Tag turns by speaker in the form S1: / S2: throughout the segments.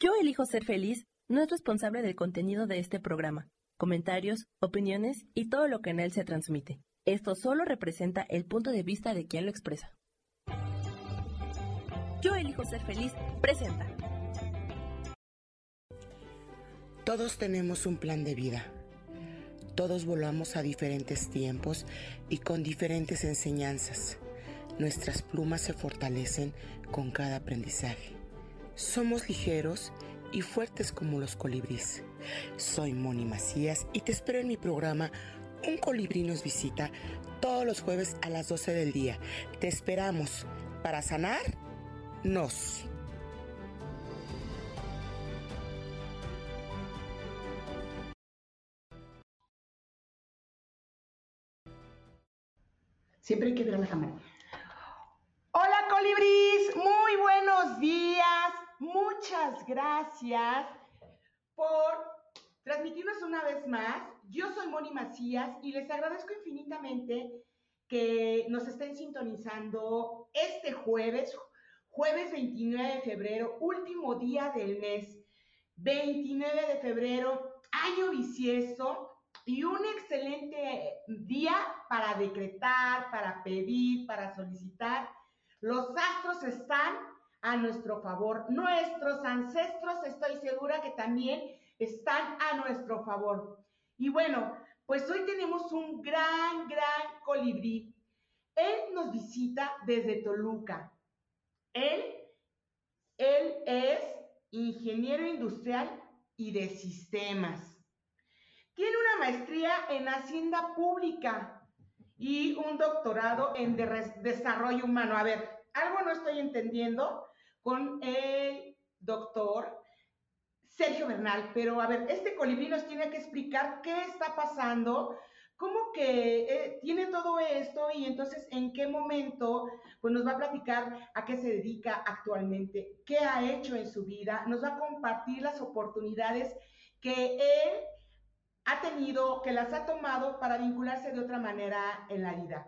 S1: Yo elijo ser feliz no es responsable del contenido de este programa, comentarios, opiniones y todo lo que en él se transmite. Esto solo representa el punto de vista de quien lo expresa. Yo elijo ser feliz presenta.
S2: Todos tenemos un plan de vida. Todos volamos a diferentes tiempos y con diferentes enseñanzas. Nuestras plumas se fortalecen con cada aprendizaje. Somos ligeros y fuertes como los colibríes. Soy Moni Macías y te espero en mi programa Un Colibrí nos visita todos los jueves a las 12 del día. Te esperamos para sanarnos.
S3: Siempre hay que ver a la cámara. Hola colibrís, muy buenos días. Muchas gracias por transmitirnos una vez más. Yo soy Moni Macías y les agradezco infinitamente que nos estén sintonizando este jueves 29 de febrero, último día del mes. 29 de febrero, año bisiesto. Y un excelente día para decretar, para pedir, para solicitar. Los astros están a nuestro favor. Nuestros ancestros, estoy segura que también están a nuestro favor. Y bueno, pues hoy tenemos un gran colibrí. Él nos visita desde Toluca. Él es ingeniero industrial y de sistemas. Tiene una maestría en Hacienda Pública y un doctorado en Desarrollo Humano. A ver, algo no estoy entendiendo con el doctor Sergio Bernal, pero a ver, este colibrí nos tiene que explicar qué está pasando, cómo que tiene todo esto y entonces en qué momento pues nos va a platicar a qué se dedica actualmente, qué ha hecho en su vida, nos va a compartir las oportunidades que él ha tenido, que las ha tomado para vincularse de otra manera en la vida.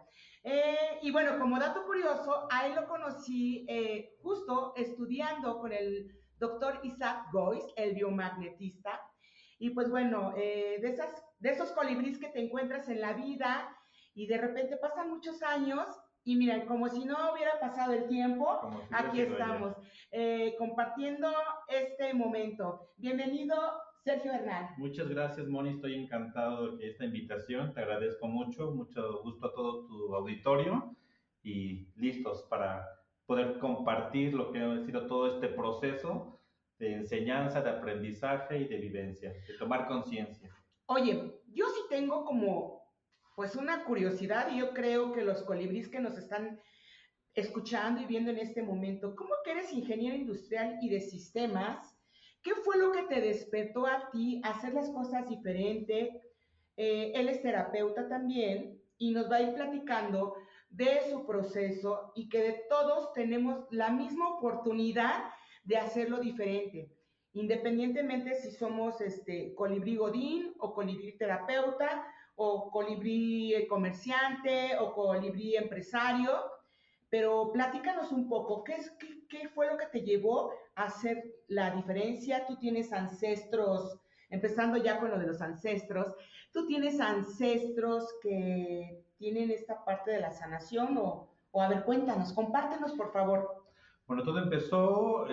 S3: Y bueno, como dato curioso, a él lo conocí justo estudiando con el doctor Isaac Gois, el biomagnetista. Y pues bueno, de esos colibríes que te encuentras en la vida y de repente pasan muchos años y miren, como si no hubiera pasado el tiempo, si aquí estamos, compartiendo este momento. Bienvenido, Sergio Bernal.
S4: Muchas gracias, Moni. Estoy encantado de esta invitación. Te agradezco mucho. Mucho gusto a todo tu auditorio y listos para poder compartir lo que ha sido todo este proceso de enseñanza, de aprendizaje y de vivencia, de tomar conciencia.
S3: Oye, yo sí tengo como pues una curiosidad y yo creo que los colibríes que nos están escuchando y viendo en este momento, ¿cómo que eres ingeniero industrial y de sistemas? ¿Qué fue lo que te despertó a ti a hacer las cosas diferente? Él es terapeuta también y nos va a ir platicando de su proceso y que de todos tenemos la misma oportunidad de hacerlo diferente, independientemente si somos colibrí godín o colibrí terapeuta o colibrí comerciante o colibrí empresario. Pero platícanos un poco, ¿qué fue lo que te llevó a hacer la diferencia? Tú tienes ancestros, empezando ya con lo de los ancestros, ¿tú tienes ancestros que tienen esta parte de la sanación? O a ver, cuéntanos, compártenos por favor.
S4: Bueno, todo empezó,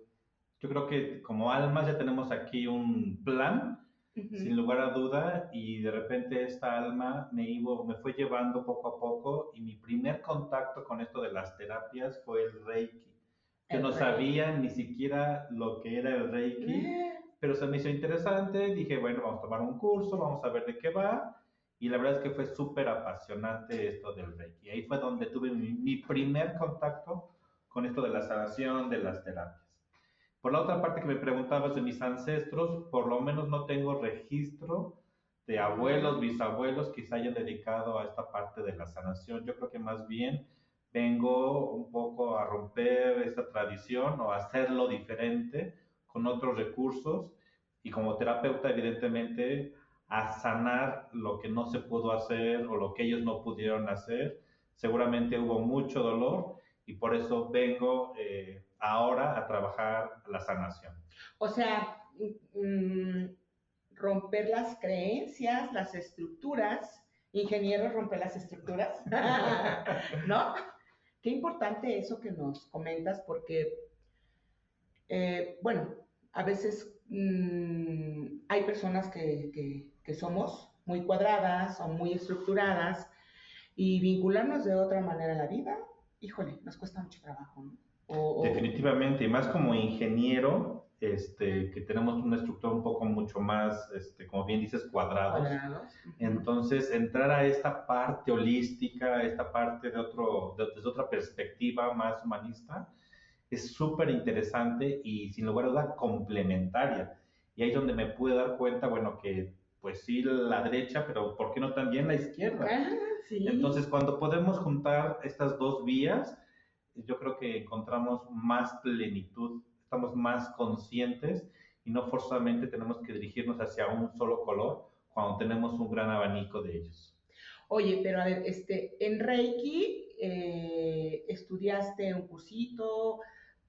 S4: yo creo que como almas ya tenemos aquí un plan, sin lugar a duda, y de repente esta alma me fue llevando poco a poco, y mi primer contacto con esto de las terapias fue el Reiki. Yo no sabía ni siquiera lo que era el Reiki, pero se me hizo interesante, dije, bueno, vamos a tomar un curso, vamos a ver de qué va, y la verdad es que fue súper apasionante esto del Reiki. Ahí fue donde tuve mi primer contacto con esto de la sanación, de las terapias. Por la otra parte que me preguntabas de mis ancestros, por lo menos no tengo registro de abuelos, bisabuelos que se hayan dedicado a esta parte de la sanación. Yo creo que más bien vengo un poco a romper esta tradición o a hacerlo diferente con otros recursos y como terapeuta evidentemente a sanar lo que no se pudo hacer o lo que ellos no pudieron hacer. Seguramente hubo mucho dolor y por eso vengo ahora a trabajar la sanación.
S3: O sea, romper las creencias, las estructuras. Ingeniero rompe las estructuras, ¿no? Qué importante eso que nos comentas porque, bueno, a veces hay personas que somos muy cuadradas o muy estructuradas y vincularnos de otra manera a la vida, híjole, nos cuesta mucho trabajo, ¿no?
S4: Definitivamente, y más como ingeniero, que tenemos una estructura un poco mucho más, como bien dices, cuadrados. Entonces, entrar a esta parte holística, esta parte desde otra perspectiva más humanista, es súper interesante y sin lugar a duda complementaria. Y ahí es donde me pude dar cuenta, bueno, que pues sí la derecha, pero ¿por qué no también la izquierda?
S3: Sí.
S4: Entonces, cuando podemos juntar estas dos vías, yo creo que encontramos más plenitud, estamos más conscientes y no forzosamente tenemos que dirigirnos hacia un solo color cuando tenemos un gran abanico de ellos.
S3: Oye, pero a ver, en Reiki estudiaste un cursito,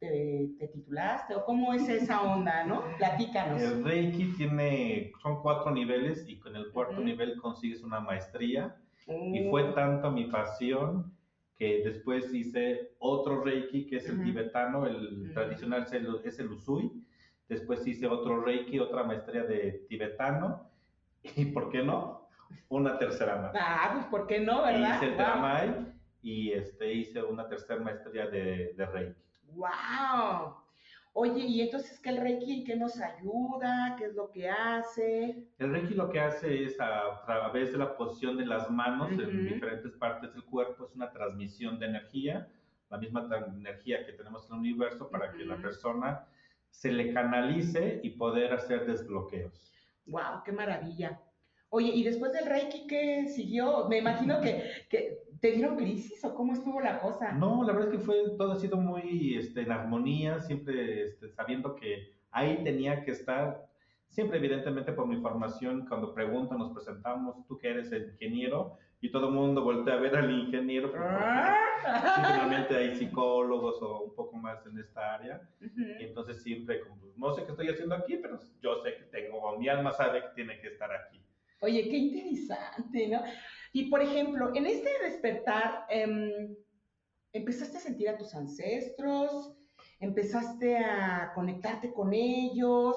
S3: te titulaste o cómo es esa onda, ¿no? Platícanos.
S4: El Reiki son 4 niveles y con el cuarto nivel consigues una maestría y fue tanto mi pasión que después hice otro Reiki que es el tibetano, el tradicional es el Usui, después hice otro Reiki, otra maestría de tibetano y ¿por qué no? Una tercera más.
S3: Pues ¿por qué no, verdad?
S4: Hice el Teramai y hice una tercera maestría de Reiki.
S3: ¡Wow! Oye, ¿y entonces qué el Reiki en qué nos ayuda? ¿Qué es lo que hace?
S4: El Reiki lo que hace es a través de la posición de las manos en diferentes partes del cuerpo, es una transmisión de energía, la misma energía que tenemos en el universo para que la persona se le canalice y poder hacer desbloqueos.
S3: ¡Wow! ¡Qué maravilla! Oye, ¿y después del Reiki qué siguió? Me imagino que ¿te dieron crisis o cómo estuvo la cosa?
S4: No, la verdad es que todo ha sido muy en armonía, siempre sabiendo que ahí tenía que estar. Siempre, evidentemente, por mi formación, cuando preguntan, nos presentamos, tú que eres el ingeniero, y todo el mundo voltea a ver al ingeniero, pues, porque finalmente hay psicólogos o un poco más en esta área, y entonces siempre, no sé qué estoy haciendo aquí, pero yo sé que mi alma sabe que tiene que estar aquí.
S3: Oye, qué interesante, ¿no? Y por ejemplo, en este despertar, ¿empezaste a sentir a tus ancestros? ¿Empezaste a conectarte con ellos?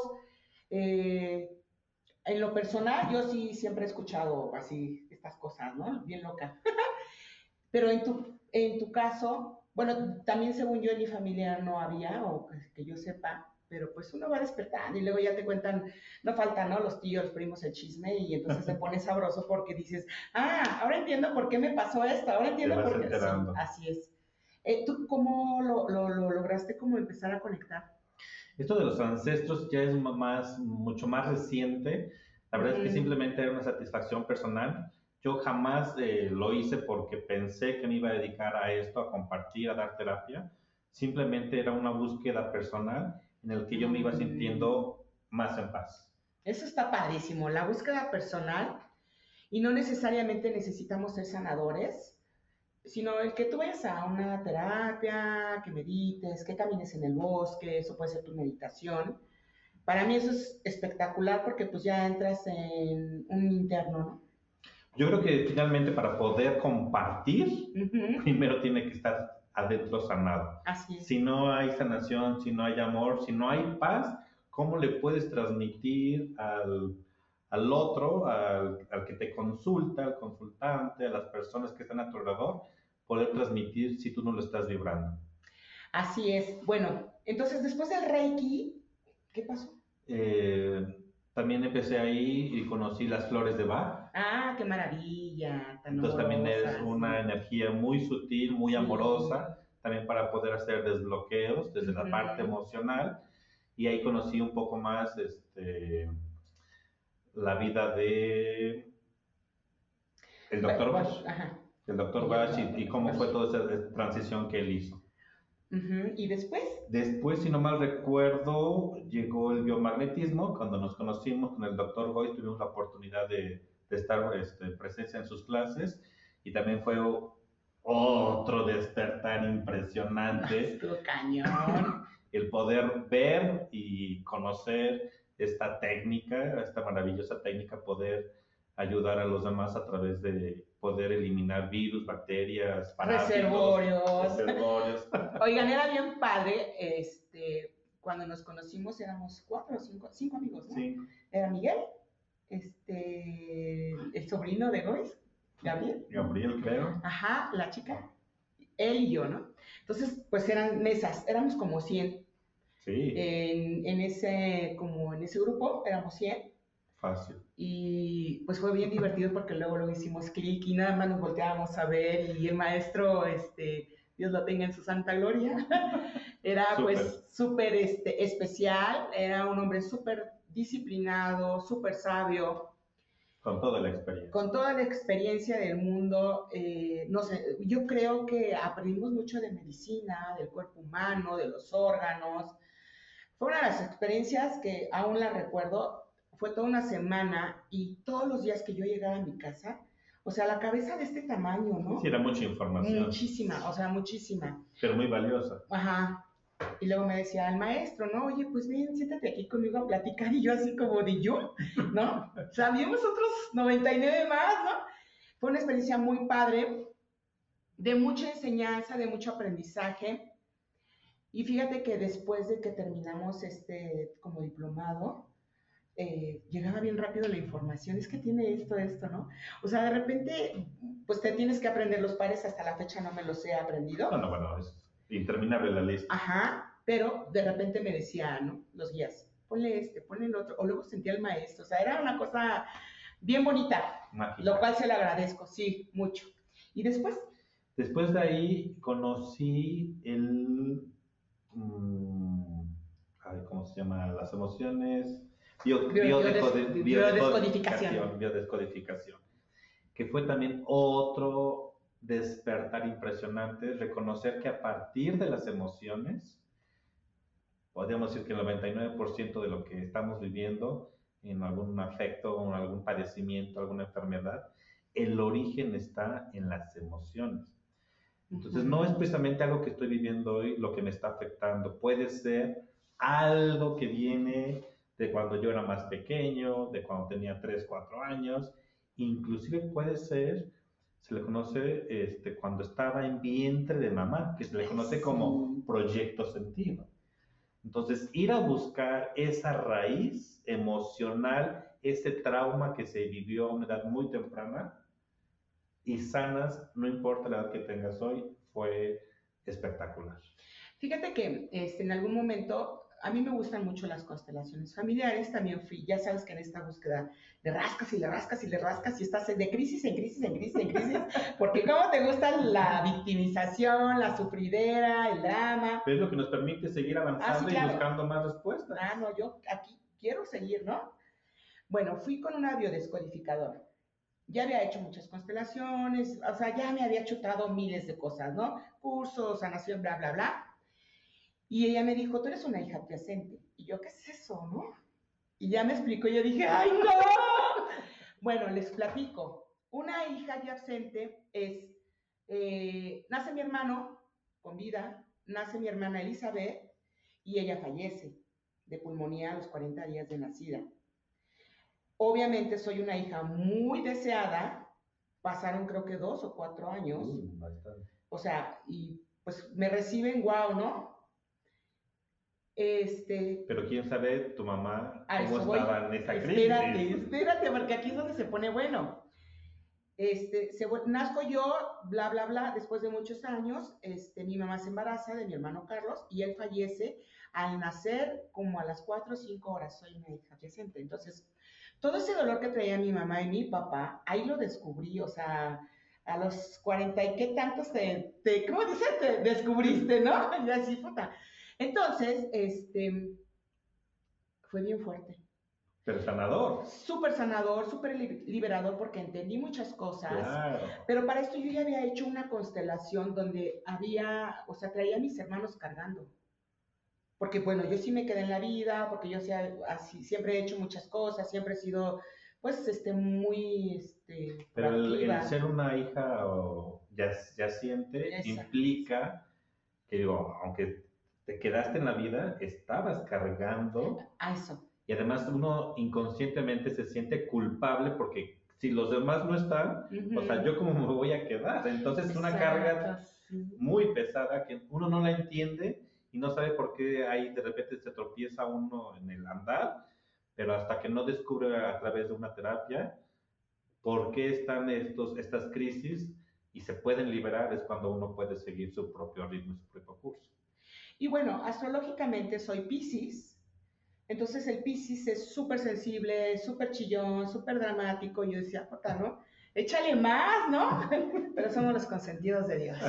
S3: En lo personal, yo sí siempre he escuchado así estas cosas, ¿no? Bien loca. Pero en tu caso, bueno, también según yo en mi familia no había, o que yo sepa, pero pues uno va despertando y luego ya te cuentan, no falta, ¿no? Los tíos, los primos, el chisme y entonces se pone sabroso porque dices, ahora entiendo por qué me pasó esto, ahora entiendo por qué. Sí, así es. ¿Tú cómo lo lograste como empezar a conectar?
S4: Esto de los ancestros ya es mucho más reciente. La verdad es que simplemente era una satisfacción personal. Yo jamás lo hice porque pensé que me iba a dedicar a esto, a compartir, a dar terapia. Simplemente era una búsqueda personal en el que yo me iba sintiendo más en paz.
S3: Eso está padrísimo, la búsqueda personal, y no necesariamente necesitamos ser sanadores, sino el que tú vayas a una terapia, que medites, que camines en el bosque, eso puede ser tu meditación. Para mí eso es espectacular porque pues ya entras en un interno, ¿no?
S4: Yo creo que finalmente para poder compartir, primero tiene que estar adentro sanado.
S3: Así es.
S4: Si no hay sanación, si no hay amor, si no hay paz, ¿cómo le puedes transmitir al otro, al que te consulta, al consultante, a las personas que están a tu alrededor, poder transmitir si tú no lo estás vibrando?
S3: Así es. Bueno, entonces después del Reiki, ¿qué pasó?
S4: También empecé ahí y conocí las flores de Bach.
S3: ¡Qué maravilla! Tan
S4: Entonces también es una
S3: sí.
S4: energía muy sutil, muy amorosa, también para poder hacer desbloqueos desde la parte emocional. Y ahí conocí un poco más la vida de el Dr. Bach. El Dr. Bach y cómo fue toda esa transición que él hizo.
S3: ¿Y después?
S4: Después, si no mal recuerdo, llegó el biomagnetismo. Cuando nos conocimos con el Dr. Boyce, tuvimos la oportunidad de estar presencia en sus clases y también fue otro despertar impresionante.
S3: Estuvo cañón.
S4: El poder ver y conocer esta técnica, esta maravillosa técnica, poder ayudar a los demás a través de poder eliminar virus, bacterias, parásitos, reservorios.
S3: Oigan, era bien padre, cuando nos conocimos éramos 4 o 5 amigos, ¿no?
S4: Sí.
S3: Era Miguel, el sobrino de Gois, Gabriel.
S4: Gabriel, creo.
S3: Ajá, la chica, él y yo, ¿no? Entonces, pues eran mesas, éramos como 100.
S4: Sí.
S3: En ese grupo éramos 100.
S4: Fácil.
S3: Y pues fue bien divertido porque luego hicimos clic y nada más nos volteábamos a ver y el maestro, Dios lo tenga en su santa gloria, era pues súper especial, era un hombre súper disciplinado, súper sabio.
S4: Con toda la experiencia.
S3: Con toda la experiencia del mundo, no sé, yo creo que aprendimos mucho de medicina, del cuerpo humano, de los órganos. Fue una de las experiencias que aún la recuerdo. Fue toda una semana y todos los días que yo llegaba a mi casa, o sea, la cabeza de este tamaño, ¿no?
S4: Sí, era mucha información.
S3: Muchísima, o sea, muchísima.
S4: Pero muy valiosa.
S3: Ajá. Y luego me decía el maestro, ¿no? Oye, pues ven, siéntate aquí conmigo a platicar. Y yo así como de yo, ¿no? O sea, habíamos otros 99 más, ¿no? Fue una experiencia muy padre, de mucha enseñanza, de mucho aprendizaje. Y fíjate que después de que terminamos como diplomado, llegaba bien rápido la información, es que tiene esto, ¿no? O sea, de repente, pues te tienes que aprender los pares, hasta la fecha no me los he aprendido.
S4: No, bueno, es interminable la lista.
S3: Ajá, pero de repente me decía, ¿no? Los guías, ponle ponle el otro, o luego sentía el maestro, o sea, era una cosa bien bonita, mágica. Lo cual se le agradezco, sí, mucho. ¿Y después?
S4: Después de ahí conocí ¿cómo se llama? Las emociones... Biodescodificación, que fue también otro despertar impresionante, reconocer que a partir de las emociones, podríamos decir que el 99% de lo que estamos viviendo, en algún afecto, en algún padecimiento, alguna enfermedad, el origen está en las emociones. Entonces, no es precisamente algo que estoy viviendo hoy lo que me está afectando, puede ser algo que viene de cuando yo era más pequeño, de cuando tenía 3, 4 años, inclusive puede ser, se le conoce cuando estaba en vientre de mamá, que se le conoce como proyecto sentido. Entonces, ir a buscar esa raíz emocional, ese trauma que se vivió a una edad muy temprana y sanas, no importa la edad que tengas hoy, fue espectacular.
S3: Fíjate que en algún momento, a mí me gustan mucho las constelaciones familiares, también fui, ya sabes que en esta búsqueda le rascas y le rascas y le rascas y estás de crisis en crisis en crisis en crisis, porque cómo te gusta la victimización, la sufridera, el drama.
S4: Pero es lo que nos permite seguir avanzando y buscando más respuestas.
S3: No, yo aquí quiero seguir, ¿no? Bueno, fui con una biodescodificadora. Ya había hecho muchas constelaciones, o sea, ya me había chutado miles de cosas, ¿no? Cursos, sanación, bla, bla, bla. Y ella me dijo, tú eres una hija adyacente. Y yo, ¿qué es eso, no? Y ya me explicó, y yo dije, ¡ay, no! Bueno, les platico. Una hija adyacente es, nace mi hermano con vida, nace mi hermana Elizabeth, y ella fallece de pulmonía a los 40 días de nacida. Obviamente soy una hija muy deseada, pasaron creo que 2 o 4 años.
S4: Bastante.
S3: O sea, y pues me reciben, guau, ¿no?
S4: Pero quién sabe tu mamá cómo estaba en esa crisis.
S3: Espérate, porque aquí es donde se pone bueno. Nazco yo, bla, bla, bla, después de muchos años, mi mamá se embaraza de mi hermano Carlos y él fallece al nacer como a las 4 o 5 horas. Soy una hija adyacente. Entonces, todo ese dolor que traía mi mamá y mi papá, ahí lo descubrí, o sea, a los 40 y qué tantos ¿cómo dice? Te descubriste, ¿no? Y así, puta. Entonces, fue bien fuerte.
S4: Pero sanador.
S3: Súper sanador, súper liberador, porque entendí muchas cosas.
S4: Claro.
S3: Pero para esto yo ya había hecho una constelación donde traía a mis hermanos cargando. Porque bueno, yo sí me quedé en la vida, porque yo siempre he hecho muchas cosas, siempre he sido, pues, muy,
S4: Pero el ser una hija yaciente
S3: Exacto.
S4: implica que, digo, aunque te quedaste en la vida, estabas cargando.
S3: A eso.
S4: Y además uno inconscientemente se siente culpable porque si los demás no están, o sea, ¿yo cómo me voy a quedar? Entonces es una carga muy pesada que uno no la entiende y no sabe por qué ahí de repente se tropieza uno en el andar, pero hasta que no descubre a través de una terapia por qué están estas crisis y se pueden liberar, es cuando uno puede seguir su propio ritmo y su propio curso.
S3: Y bueno, astrológicamente soy Piscis, entonces el Piscis es súper sensible, súper chillón, súper dramático. Yo decía, puta, ¿no? Échale más, ¿no? Pero somos los consentidos de Dios.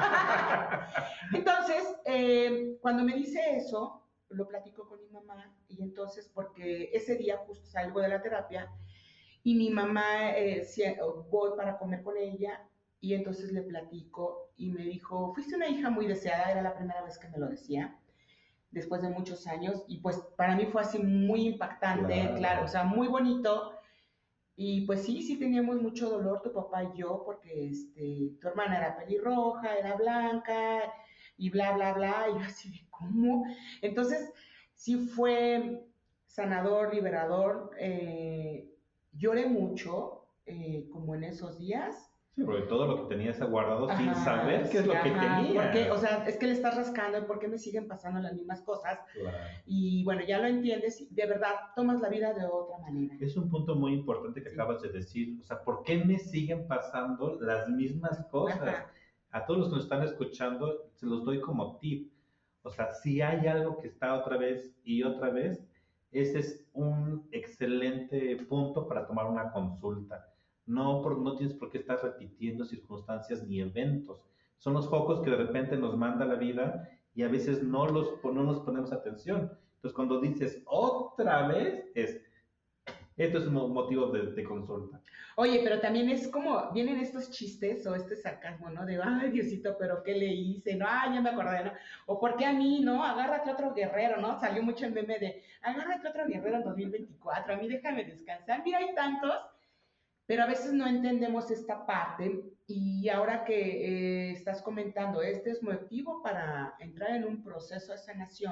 S3: Entonces, cuando me dice eso, lo platico con mi mamá y entonces, porque ese día justo salgo de la terapia y mi mamá, voy para comer con ella y entonces le platico y me dijo, fuiste una hija muy deseada, era la primera vez que me lo decía, después de muchos años, y pues para mí fue así muy impactante, claro, o sea, muy bonito. Y pues sí teníamos mucho dolor tu papá y yo, porque tu hermana era pelirroja, era blanca, y bla, bla, bla, y yo así de, ¿cómo? Entonces, sí fue sanador, liberador, lloré mucho, como en esos días.
S4: Sí, porque todo lo que tenías guardado sin
S3: Ajá,
S4: saber qué es
S3: sí,
S4: lo que
S3: ajá,
S4: tenías.
S3: porque, o sea, es que le estás rascando, ¿por qué me siguen pasando las mismas cosas?
S4: Claro.
S3: Y bueno, ya lo entiendes y de verdad tomas la vida de otra manera.
S4: Es un punto muy importante que acabas de decir. O sea, ¿por qué me siguen pasando las mismas cosas?
S3: Ajá.
S4: A todos los que nos están escuchando, se los doy como tip. O sea, si hay algo que está otra vez y otra vez, ese es un excelente punto para tomar una consulta. No tienes por qué estar repitiendo circunstancias ni eventos. Son los focos que de repente nos manda la vida y a veces no nos ponemos atención. Entonces, cuando dices otra vez, esto es un motivo de consulta.
S3: Oye, pero también es como, vienen estos chistes o este sarcasmo, ¿no? De, ay, Diosito, pero ¿qué le hice? No, ay, ya me acordé, ¿no? O ¿por qué a mí, no? Agárrate otro guerrero, ¿no? Salió mucho el meme de, agárrate otro guerrero en 2024, a mí déjame descansar. Mira, hay tantos, pero a veces no entendemos esta parte. Y ahora que estás comentando, este es motivo para entrar en un proceso de sanación.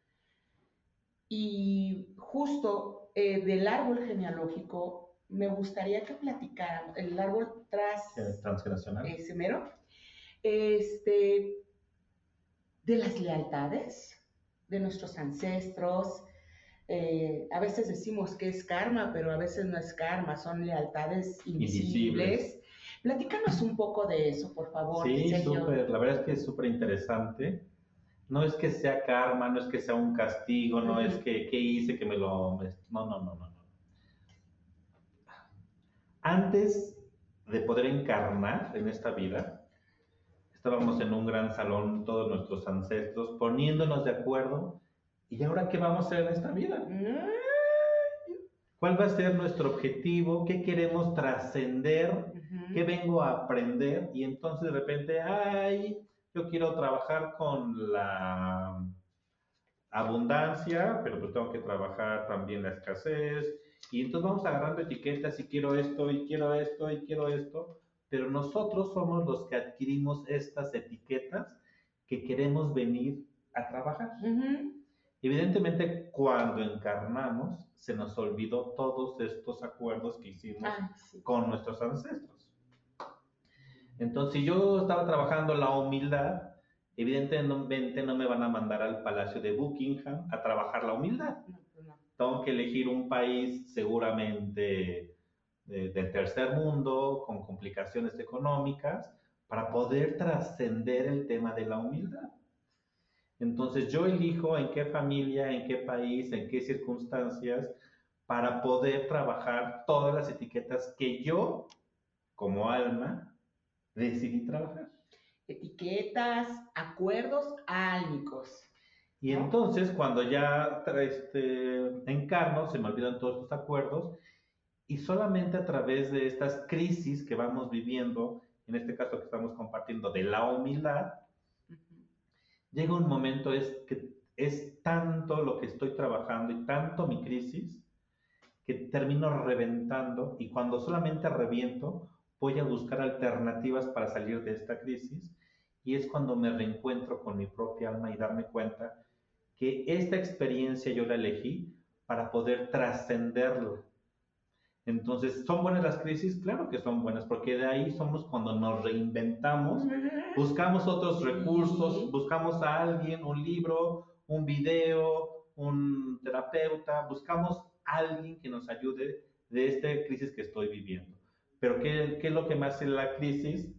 S3: Y justo del árbol genealógico, me gustaría que platicáramos, el árbol
S4: transgeneracional.
S3: Ese mero, de las lealtades de nuestros ancestros. A veces decimos que es karma, pero a veces no es karma, son lealtades invisibles. Platícanos un poco de eso, por favor.
S4: Sí, súper, la verdad es que es súper interesante. No es que sea karma, no es que sea un castigo, no es que ¿qué hice que me lo... No. Antes de poder encarnar en esta vida, estábamos en un gran salón, todos nuestros ancestros, poniéndonos de acuerdo. ¿Y ahora qué vamos a hacer en esta vida? ¿Cuál va a ser nuestro objetivo? ¿Qué queremos trascender? ¿Qué vengo a aprender? Y entonces de repente, ay, yo quiero trabajar con la abundancia, pero pues tengo que trabajar también la escasez. Y entonces vamos agarrando etiquetas y quiero esto, y quiero esto, y quiero esto. Pero nosotros somos los que adquirimos estas etiquetas que queremos venir a trabajar. Evidentemente, cuando encarnamos, se nos olvidó todos estos acuerdos que hicimos con nuestros ancestros. Entonces, si yo estaba trabajando la humildad, evidentemente no me van a mandar al Palacio de Buckingham a trabajar la humildad. No. Tengo que elegir un país seguramente del tercer mundo, con complicaciones económicas, para poder trascender el tema de la humildad. Entonces yo elijo en qué familia, en qué país, en qué circunstancias, para poder trabajar todas las etiquetas que yo, como alma, decidí trabajar.
S3: Etiquetas, acuerdos álmicos.
S4: Y entonces cuando ya encarno, se me olvidan todos estos acuerdos y solamente a través de estas crisis que vamos viviendo, en este caso que estamos compartiendo de la humildad, llega un momento que es tanto lo que estoy trabajando y tanto mi crisis que termino reventando y cuando solamente reviento voy a buscar alternativas para salir de esta crisis, y es cuando me reencuentro con mi propia alma y darme cuenta que esta experiencia yo la elegí para poder trascenderla. Entonces, ¿son buenas las crisis? Claro que son buenas, porque de ahí somos cuando nos reinventamos, buscamos otros recursos, buscamos a alguien, un libro, un video, un terapeuta, buscamos a alguien que nos ayude de esta crisis que estoy viviendo. Pero ¿qué es lo que me hace la crisis?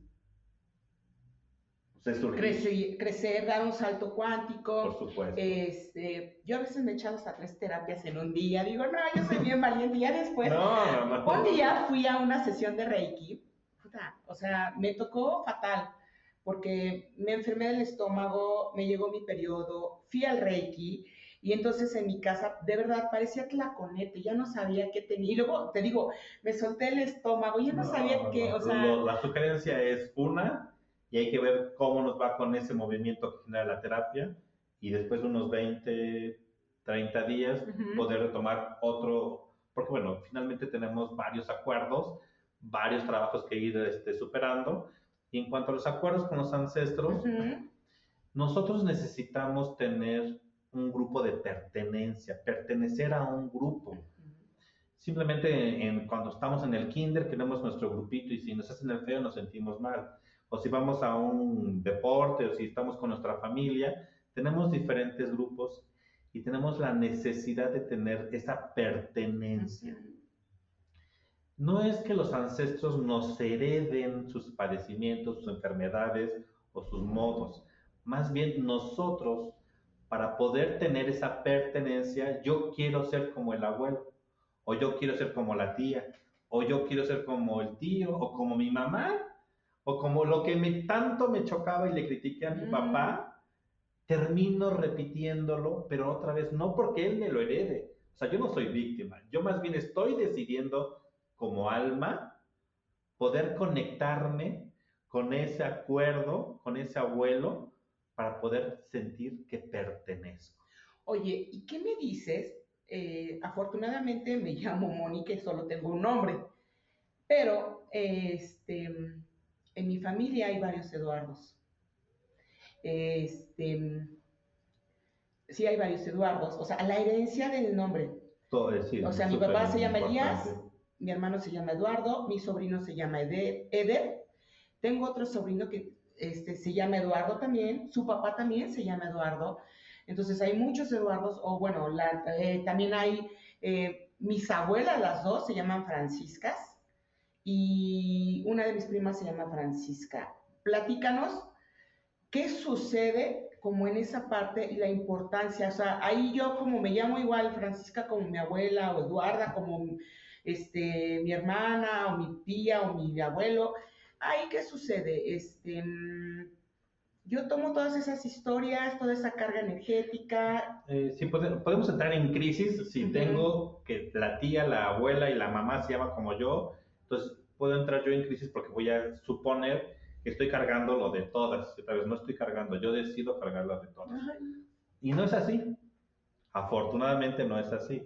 S3: Crecer, dar un salto cuántico.
S4: Por supuesto.
S3: Yo a veces me he echado hasta 3 terapias en un día. Digo, no, yo soy bien valiente. Ya después,
S4: No.
S3: un día fui a una sesión de Reiki. O sea, me tocó fatal, porque me enfermé del estómago, me llegó mi periodo, fui al Reiki, y entonces en mi casa, de verdad, parecía tlaconete, ya no sabía qué tenía. Y luego, te digo, me solté el estómago, ya no sabía qué, o sea...
S4: La sugerencia es y hay que ver cómo nos va con ese movimiento que genera la terapia, y después de unos 20, 30 días poder retomar otro, porque bueno, finalmente tenemos varios acuerdos, varios trabajos que ir superando, y en cuanto a los acuerdos con los ancestros, nosotros necesitamos tener un grupo de pertenencia, pertenecer a un grupo. Simplemente cuando estamos en el kinder queremos nuestro grupito, y si nos hacen el feo nos sentimos mal. O si vamos a un deporte, o si estamos con nuestra familia, tenemos diferentes grupos y tenemos la necesidad de tener esa pertenencia. No es que los ancestros nos hereden sus padecimientos, sus enfermedades o sus modos. Más bien nosotros, para poder tener esa pertenencia, yo quiero ser como el abuelo, o yo quiero ser como la tía, o yo quiero ser como el tío, o como mi mamá, o como lo que tanto me chocaba y le critiqué a mi papá, termino repitiéndolo, pero otra vez, no porque él me lo herede. O sea, yo no soy víctima, yo más bien estoy decidiendo como alma poder conectarme con ese acuerdo, con ese abuelo, para poder sentir que pertenezco.
S3: Oye, ¿y qué me dices? Afortunadamente me llamo Mónica y solo tengo un nombre, pero en mi familia hay varios Eduardos. Sí hay varios Eduardos, o sea, la herencia del nombre.
S4: Todo decir,
S3: o sea, mi papá se llama Elías, mi hermano se llama Eduardo, mi sobrino se llama Eder. Tengo otro sobrino que se llama Eduardo también, su papá también se llama Eduardo. Entonces hay muchos Eduardos, o bueno, también hay mis abuelas, las dos se llaman Franciscas, y una de mis primas se llama Francisca. Platícanos qué sucede como en esa parte y la importancia. O sea, ahí yo como me llamo igual Francisca como mi abuela, o Eduarda como mi hermana, o mi tía, o mi abuelo. Ahí qué sucede. Yo tomo todas esas historias, toda esa carga energética.
S4: Sí, podemos entrar en crisis si tengo que la tía, la abuela y la mamá se llaman como yo. Entonces puedo entrar yo en crisis porque voy a suponer que estoy cargando lo de todas. Tal vez no estoy cargando, yo decido cargar lo de todas. Ay. Y no es así. Afortunadamente no es así.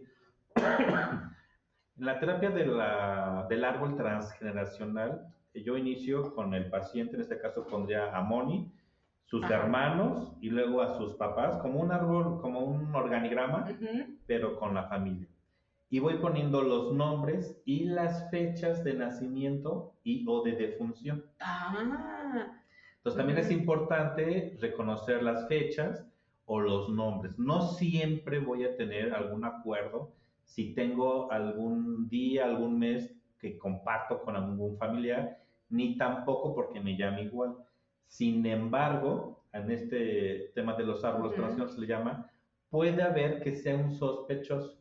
S4: En la terapia del árbol transgeneracional, yo inicio con el paciente, en este caso pondría a Moni, sus hermanos y luego a sus papás, como un árbol, como un organigrama, pero con la familia. Y voy poniendo los nombres y las fechas de nacimiento o de defunción. Entonces también es importante reconocer las fechas o los nombres. No siempre voy a tener algún acuerdo si tengo algún día, algún mes que comparto con algún familiar, ni tampoco porque me llame igual. Sin embargo, en este tema de los árboles transgeneracionales se le llama, puede haber que sea un sospechoso.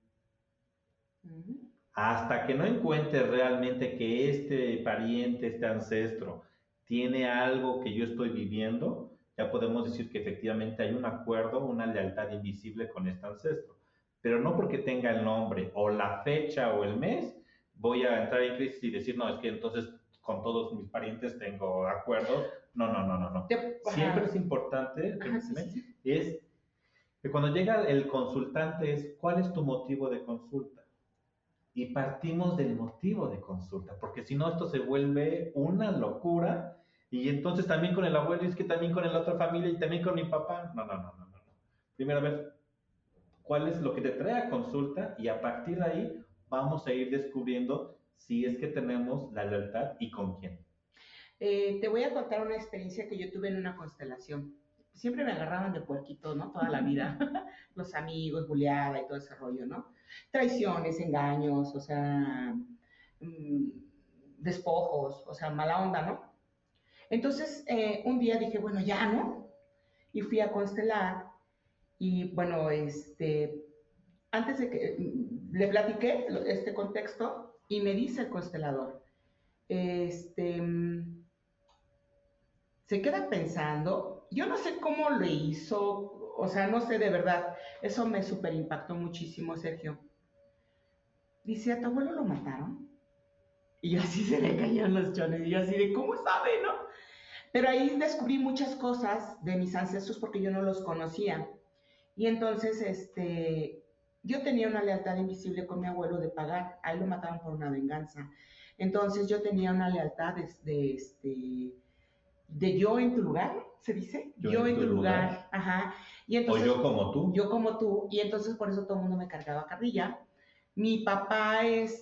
S4: Hasta que no encuentre realmente que este pariente, este ancestro, tiene algo que yo estoy viviendo, ya podemos decir que efectivamente hay un acuerdo, una lealtad invisible con este ancestro. Pero no porque tenga el nombre o la fecha o el mes, voy a entrar en crisis y decir, no, es que entonces con todos mis parientes tengo acuerdos. No. Siempre es importante, es que cuando llega el consultante es, ¿cuál es tu motivo de consulta? y partimos del motivo de consulta, porque si no esto se vuelve una locura y entonces también con el abuelo y es que también con la otra familia y también con mi papá. No, no, no, no, no. Primero a ver cuál es lo que te trae a consulta y a partir de ahí vamos a ir descubriendo si es que tenemos la lealtad y con quién.
S3: Te voy a contar una experiencia que yo tuve en una constelación. Siempre me agarraban de puerquito, ¿no? Toda la vida. Los amigos, buleada y todo ese rollo, ¿no? Traiciones, engaños, o sea, mm, despojos, o sea, mala onda, ¿no? Entonces, un día dije, bueno, ya, ¿no? Y fui a constelar y, bueno, antes de que le platiqué este contexto y me dice el constelador, este, se queda pensando, yo no sé cómo lo hizo, o sea, no sé de verdad, eso me super impactó muchísimo, Sergio. Dice, ¿a tu abuelo lo mataron? Y yo así se me caían los chones, y yo así de, ¿cómo sabe, no? Pero ahí descubrí muchas cosas de mis ancestros porque yo no los conocía. Y entonces, yo tenía una lealtad invisible con mi abuelo de pagar, a él lo mataron por una venganza. Entonces yo tenía una lealtad de yo en tu lugar, ¿se dice? Yo en tu lugar. Ajá. Y entonces,
S4: o yo como tú.
S3: Yo como tú, y entonces por eso todo el mundo me cargaba carrilla. Mi papá,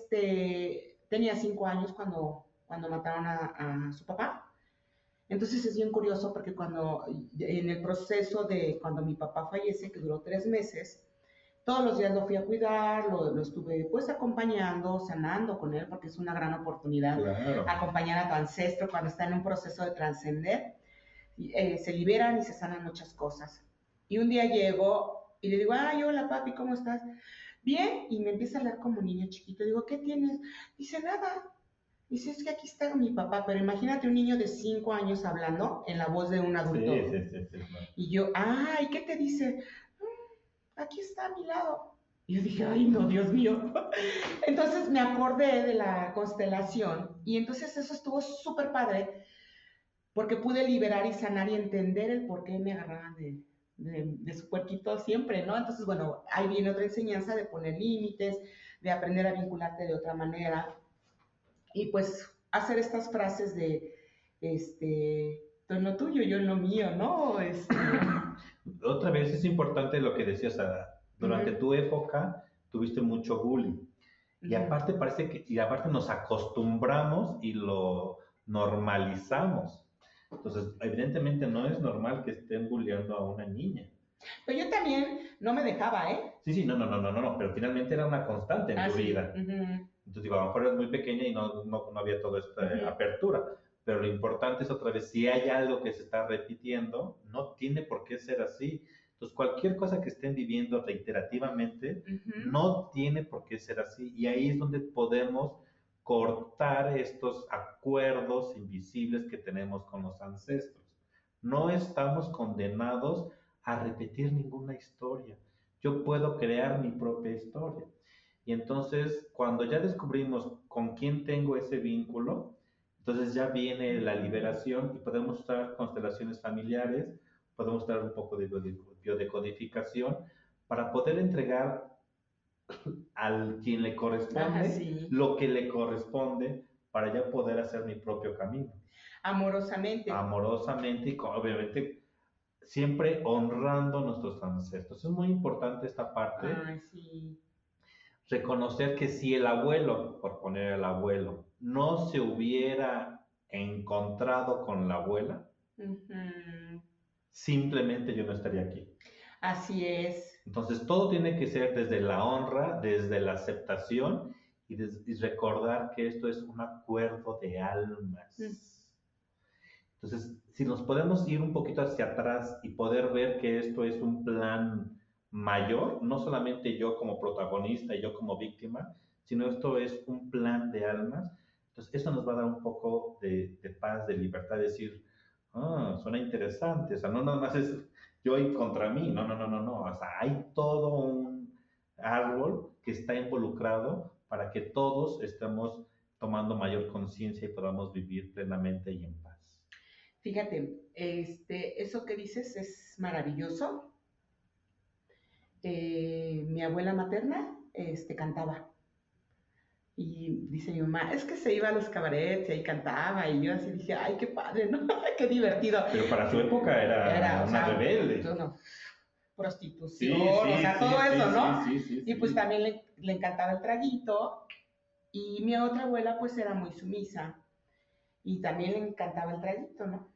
S3: tenía 5 años cuando mataron a su papá. Entonces es bien curioso porque en el proceso de cuando mi papá fallece, que duró 3 meses, todos los días lo fui a cuidar, lo estuve pues acompañando, sanando con él, porque es una gran oportunidad acompañar a tu ancestro cuando está en un proceso de trascender. Se liberan y se sanan muchas cosas. Y un día llego y le digo, ay, hola papi, ¿cómo estás? Bien, y me empieza a hablar como niño chiquito. Digo, ¿qué tienes? Dice, nada. Dice, es que aquí está mi papá, pero imagínate un niño de 5 años hablando en la voz de un adulto.
S4: Sí.
S3: Y yo, ay, ¿qué te dice? Aquí está a mi lado. Y yo dije, ay, no, Dios mío. Entonces me acordé de la constelación y entonces eso estuvo súper padre porque pude liberar y sanar y entender el por qué me agarraban de su puerquito siempre, ¿no? Entonces, bueno, ahí viene otra enseñanza de poner límites, de aprender a vincularte de otra manera y pues hacer estas frases de, tú en lo tuyo, yo en lo mío, ¿no?
S4: Otra vez es importante lo que decías, Ada. Durante tu época tuviste mucho bullying. Y aparte y aparte nos acostumbramos y lo normalizamos. Entonces, evidentemente no es normal que estén bulleando a una niña.
S3: Pero yo también no me dejaba, ¿eh?
S4: Sí, no, pero finalmente era una constante en tu vida. Entonces digo, a lo mejor eres muy pequeña y no había toda esta apertura. Pero lo importante es otra vez, si hay algo que se está repitiendo, no tiene por qué ser así. Entonces, cualquier cosa que estén viviendo reiterativamente, no tiene por qué ser así. Y ahí es donde podemos cortar estos acuerdos invisibles que tenemos con los ancestros. No estamos condenados a repetir ninguna historia. Yo puedo crear mi propia historia. Y entonces, cuando ya descubrimos con quién tengo ese vínculo, entonces ya viene la liberación y podemos usar constelaciones familiares, podemos usar un poco de biodecodificación para poder entregar al quien le corresponde lo que le corresponde para ya poder hacer mi propio camino.
S3: Amorosamente.
S4: Amorosamente y obviamente siempre honrando a nuestros ancestros. Es muy importante esta parte.
S3: Ay, sí.
S4: Reconocer que si el abuelo, por poner el abuelo, no se hubiera encontrado con la abuela, simplemente yo no estaría aquí.
S3: Así es.
S4: Entonces todo tiene que ser desde la honra, desde la aceptación y recordar que esto es un acuerdo de almas. Entonces, si nos podemos ir un poquito hacia atrás y poder ver que esto es un plan mayor, no solamente yo como protagonista y yo como víctima, sino esto es un plan de almas, entonces eso nos va a dar un poco de paz, de libertad, de decir, suena interesante, o sea, no nada más es yo y contra mí, no, o sea, hay todo un árbol que está involucrado para que todos estemos tomando mayor conciencia y podamos vivir plenamente y en paz.
S3: Fíjate, eso que dices es maravilloso. Mi abuela materna, cantaba. Y dice mi mamá, es que se iba a los cabarets y ahí cantaba, y yo así dije, ay, qué padre, ¿no? Qué divertido.
S4: Pero para su época era
S3: o
S4: una
S3: sea,
S4: rebelde.
S3: no, prostitución,
S4: Sí,
S3: o sea, todo eso, ¿no?
S4: Sí,
S3: Y pues también le encantaba el traguito, y mi otra abuela pues era muy sumisa, y también le encantaba el traguito, ¿no?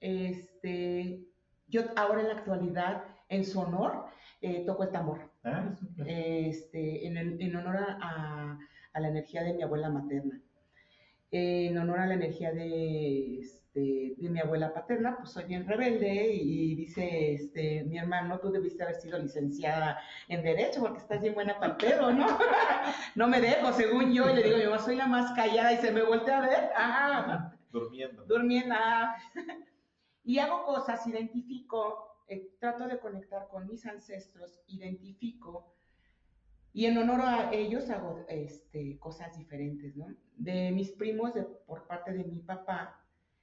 S3: Yo ahora en la actualidad, en su honor, toco el tambor.
S4: Ah, súper.
S3: En honor a la energía de mi abuela materna. En honor a la energía de mi abuela paterna, pues soy bien rebelde y dice mi hermano, tú debiste haber sido licenciada en Derecho porque estás bien buena para el pedo, ¿no? No me dejo, según yo, y le digo, mi mamá, soy la más callada y se me voltea a ver,
S4: Durmiendo.
S3: Y hago cosas, identifico, trato de conectar con mis ancestros, identifico, y en honor a ellos hago cosas diferentes, ¿no? De mis primos, por parte de mi papá,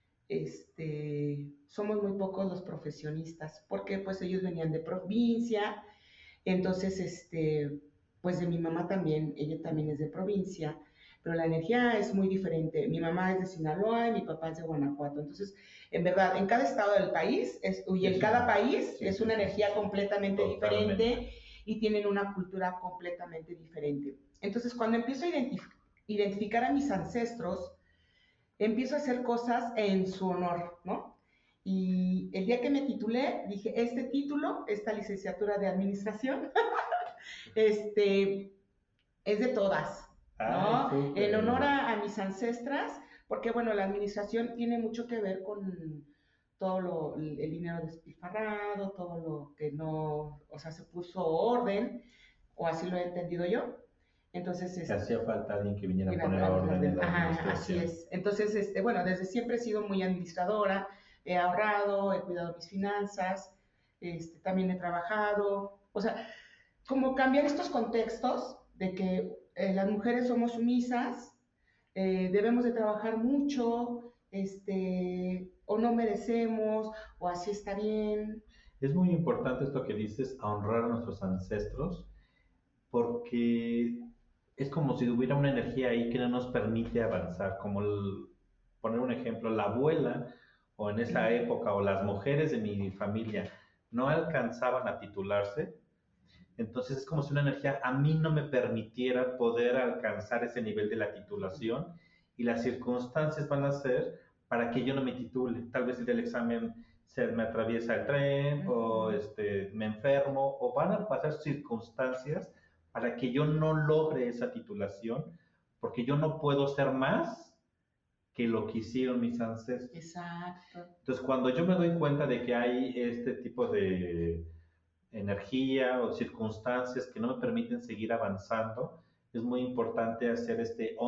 S3: somos muy pocos los profesionistas, porque pues ellos venían de provincia, entonces, pues de mi mamá también, ella también es de provincia, pero la energía es muy diferente. Mi mamá es de Sinaloa y mi papá es de Guanajuato. Entonces, en verdad, en cada estado del país y en cada país es una energía completamente diferente y tienen una cultura completamente diferente. Entonces, cuando empiezo a identificar a mis ancestros, empiezo a hacer cosas en su honor, ¿no? Y el día que me titulé, dije, este título, esta licenciatura de administración, es de todas, ¿no?
S4: Ay,
S3: En honor a mis ancestras, porque bueno, la administración tiene mucho que ver con todo el dinero despilfarrado, todo lo que no, o sea, se puso orden, o así lo he entendido yo. Entonces,
S4: que hacía falta alguien que viniera a poner orden en la administración.
S3: Así es. Entonces, bueno, desde siempre he sido muy administradora, he ahorrado, he cuidado mis finanzas, también he trabajado, o sea, como cambiar estos contextos de que las mujeres somos sumisas, debemos de trabajar mucho, o no merecemos, o así está bien.
S4: Es muy importante esto que dices, a honrar a nuestros ancestros, porque es como si hubiera una energía ahí que no nos permite avanzar, como poner un ejemplo, la abuela, o en esa época, o las mujeres de mi familia, no alcanzaban a titularse, entonces es como si una energía a mí no me permitiera poder alcanzar ese nivel de la titulación y las circunstancias van a ser para que yo no me titule. Tal vez el examen se me atraviesa el tren o me enfermo o van a pasar circunstancias para que yo no logre esa titulación porque yo no puedo ser más que lo que hicieron mis ancestros.
S3: Exacto.
S4: Entonces cuando yo me doy cuenta de que hay este tipo de energía o circunstancias que no me permiten seguir avanzando, es muy importante hacer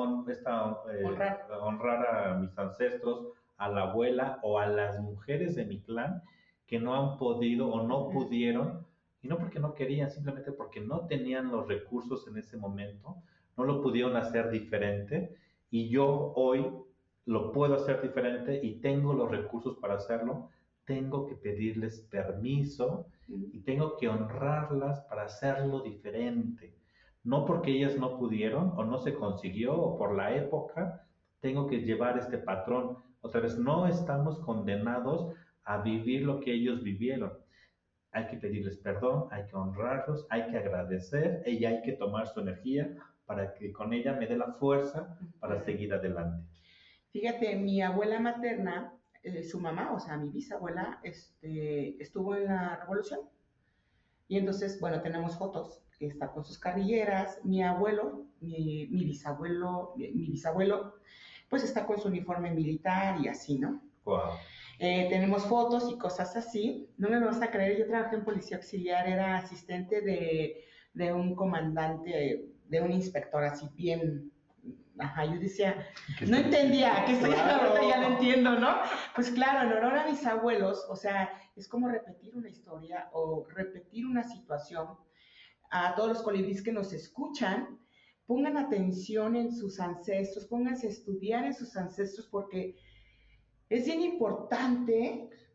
S4: honrar a mis ancestros, a la abuela o a las mujeres de mi clan que no han podido o no pudieron, y no porque no querían, simplemente porque no tenían los recursos en ese momento, no lo pudieron hacer diferente, y yo hoy lo puedo hacer diferente y tengo los recursos para hacerlo. Tengo que pedirles permiso y tengo que honrarlas para hacerlo diferente. No porque ellas no pudieron o no se consiguió o por la época, tengo que llevar este patrón. Otra vez, no estamos condenados a vivir lo que ellos vivieron. Hay que pedirles perdón, hay que honrarlos, hay que agradecer y hay que tomar su energía para que con ella me dé la fuerza para seguir adelante.
S3: Fíjate, mi abuela materna, su mamá, o sea, mi bisabuela, estuvo en la Revolución. Y entonces, bueno, tenemos fotos que está con sus carrilleras. Mi abuelo, mi bisabuelo, pues está con su uniforme militar y así, ¿no?
S4: Wow.
S3: Tenemos fotos y cosas así. No me vas a creer, yo trabajé en policía auxiliar, era asistente de un comandante, de un inspector así bien. Ajá, yo decía, no entendía, que estoy ahorita ya lo entiendo, ¿no? Pues claro, en honor a mis abuelos, o sea, es como repetir una historia o repetir una situación. A todos los colibríes que nos escuchan, pongan atención en sus ancestros, pónganse a estudiar en sus ancestros porque es bien importante.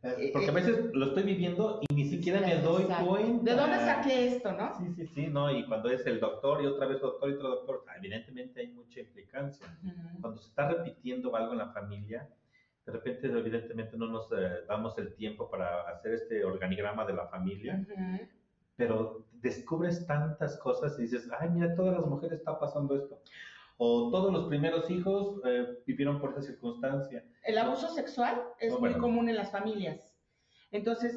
S4: Porque a veces lo estoy viviendo y ni siquiera me doy cuenta.
S3: ¿De dónde saqué esto, no?
S4: Sí, no, y cuando es el doctor y otra vez doctor y otro doctor, evidentemente hay mucha implicancia. Cuando se está repitiendo algo en la familia, de repente evidentemente no nos damos el tiempo para hacer este organigrama de la familia, pero descubres tantas cosas y dices, ay, mira, todas las mujeres está pasando esto. O todos los primeros hijos vivieron por esa circunstancia.
S3: El abuso sexual es muy común en las familias. Entonces,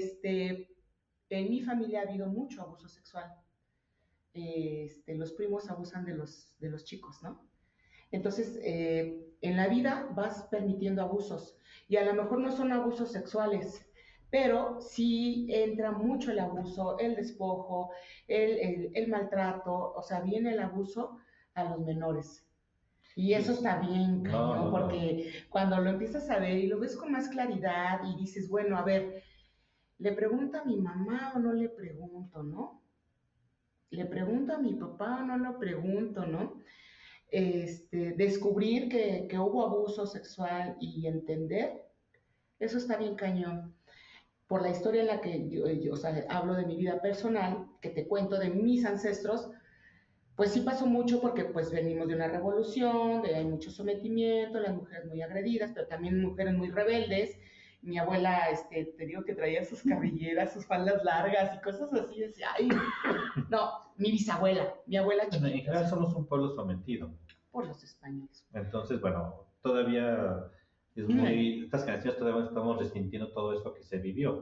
S3: en mi familia ha habido mucho abuso sexual. Los primos abusan de los chicos, ¿no? Entonces, en la vida vas permitiendo abusos. Y a lo mejor no son abusos sexuales, pero sí entra mucho el abuso, el despojo, el maltrato, o sea, viene el abuso a los menores. Y eso está bien, cañón, porque cuando lo empiezas a ver y lo ves con más claridad y dices, bueno, a ver, ¿le pregunto a mi mamá o no le pregunto, no? ¿Le pregunto a mi papá o no lo pregunto, no? Descubrir que hubo abuso sexual y entender, eso está bien cañón. Por la historia en la que yo o sea, hablo de mi vida personal, que te cuento de mis ancestros, pues sí pasó mucho porque pues venimos de una revolución, hay mucho sometimiento, las mujeres muy agredidas, pero también mujeres muy rebeldes. Mi abuela, te digo que traía sus cabelleras, sus faldas largas y cosas así, decía, ay, no, mi bisabuela, mi abuela chiquita.
S4: En general somos un pueblo sometido.
S3: Por los españoles.
S4: Entonces, bueno, todavía es muy, estas generaciones todavía estamos resintiendo todo esto que se vivió.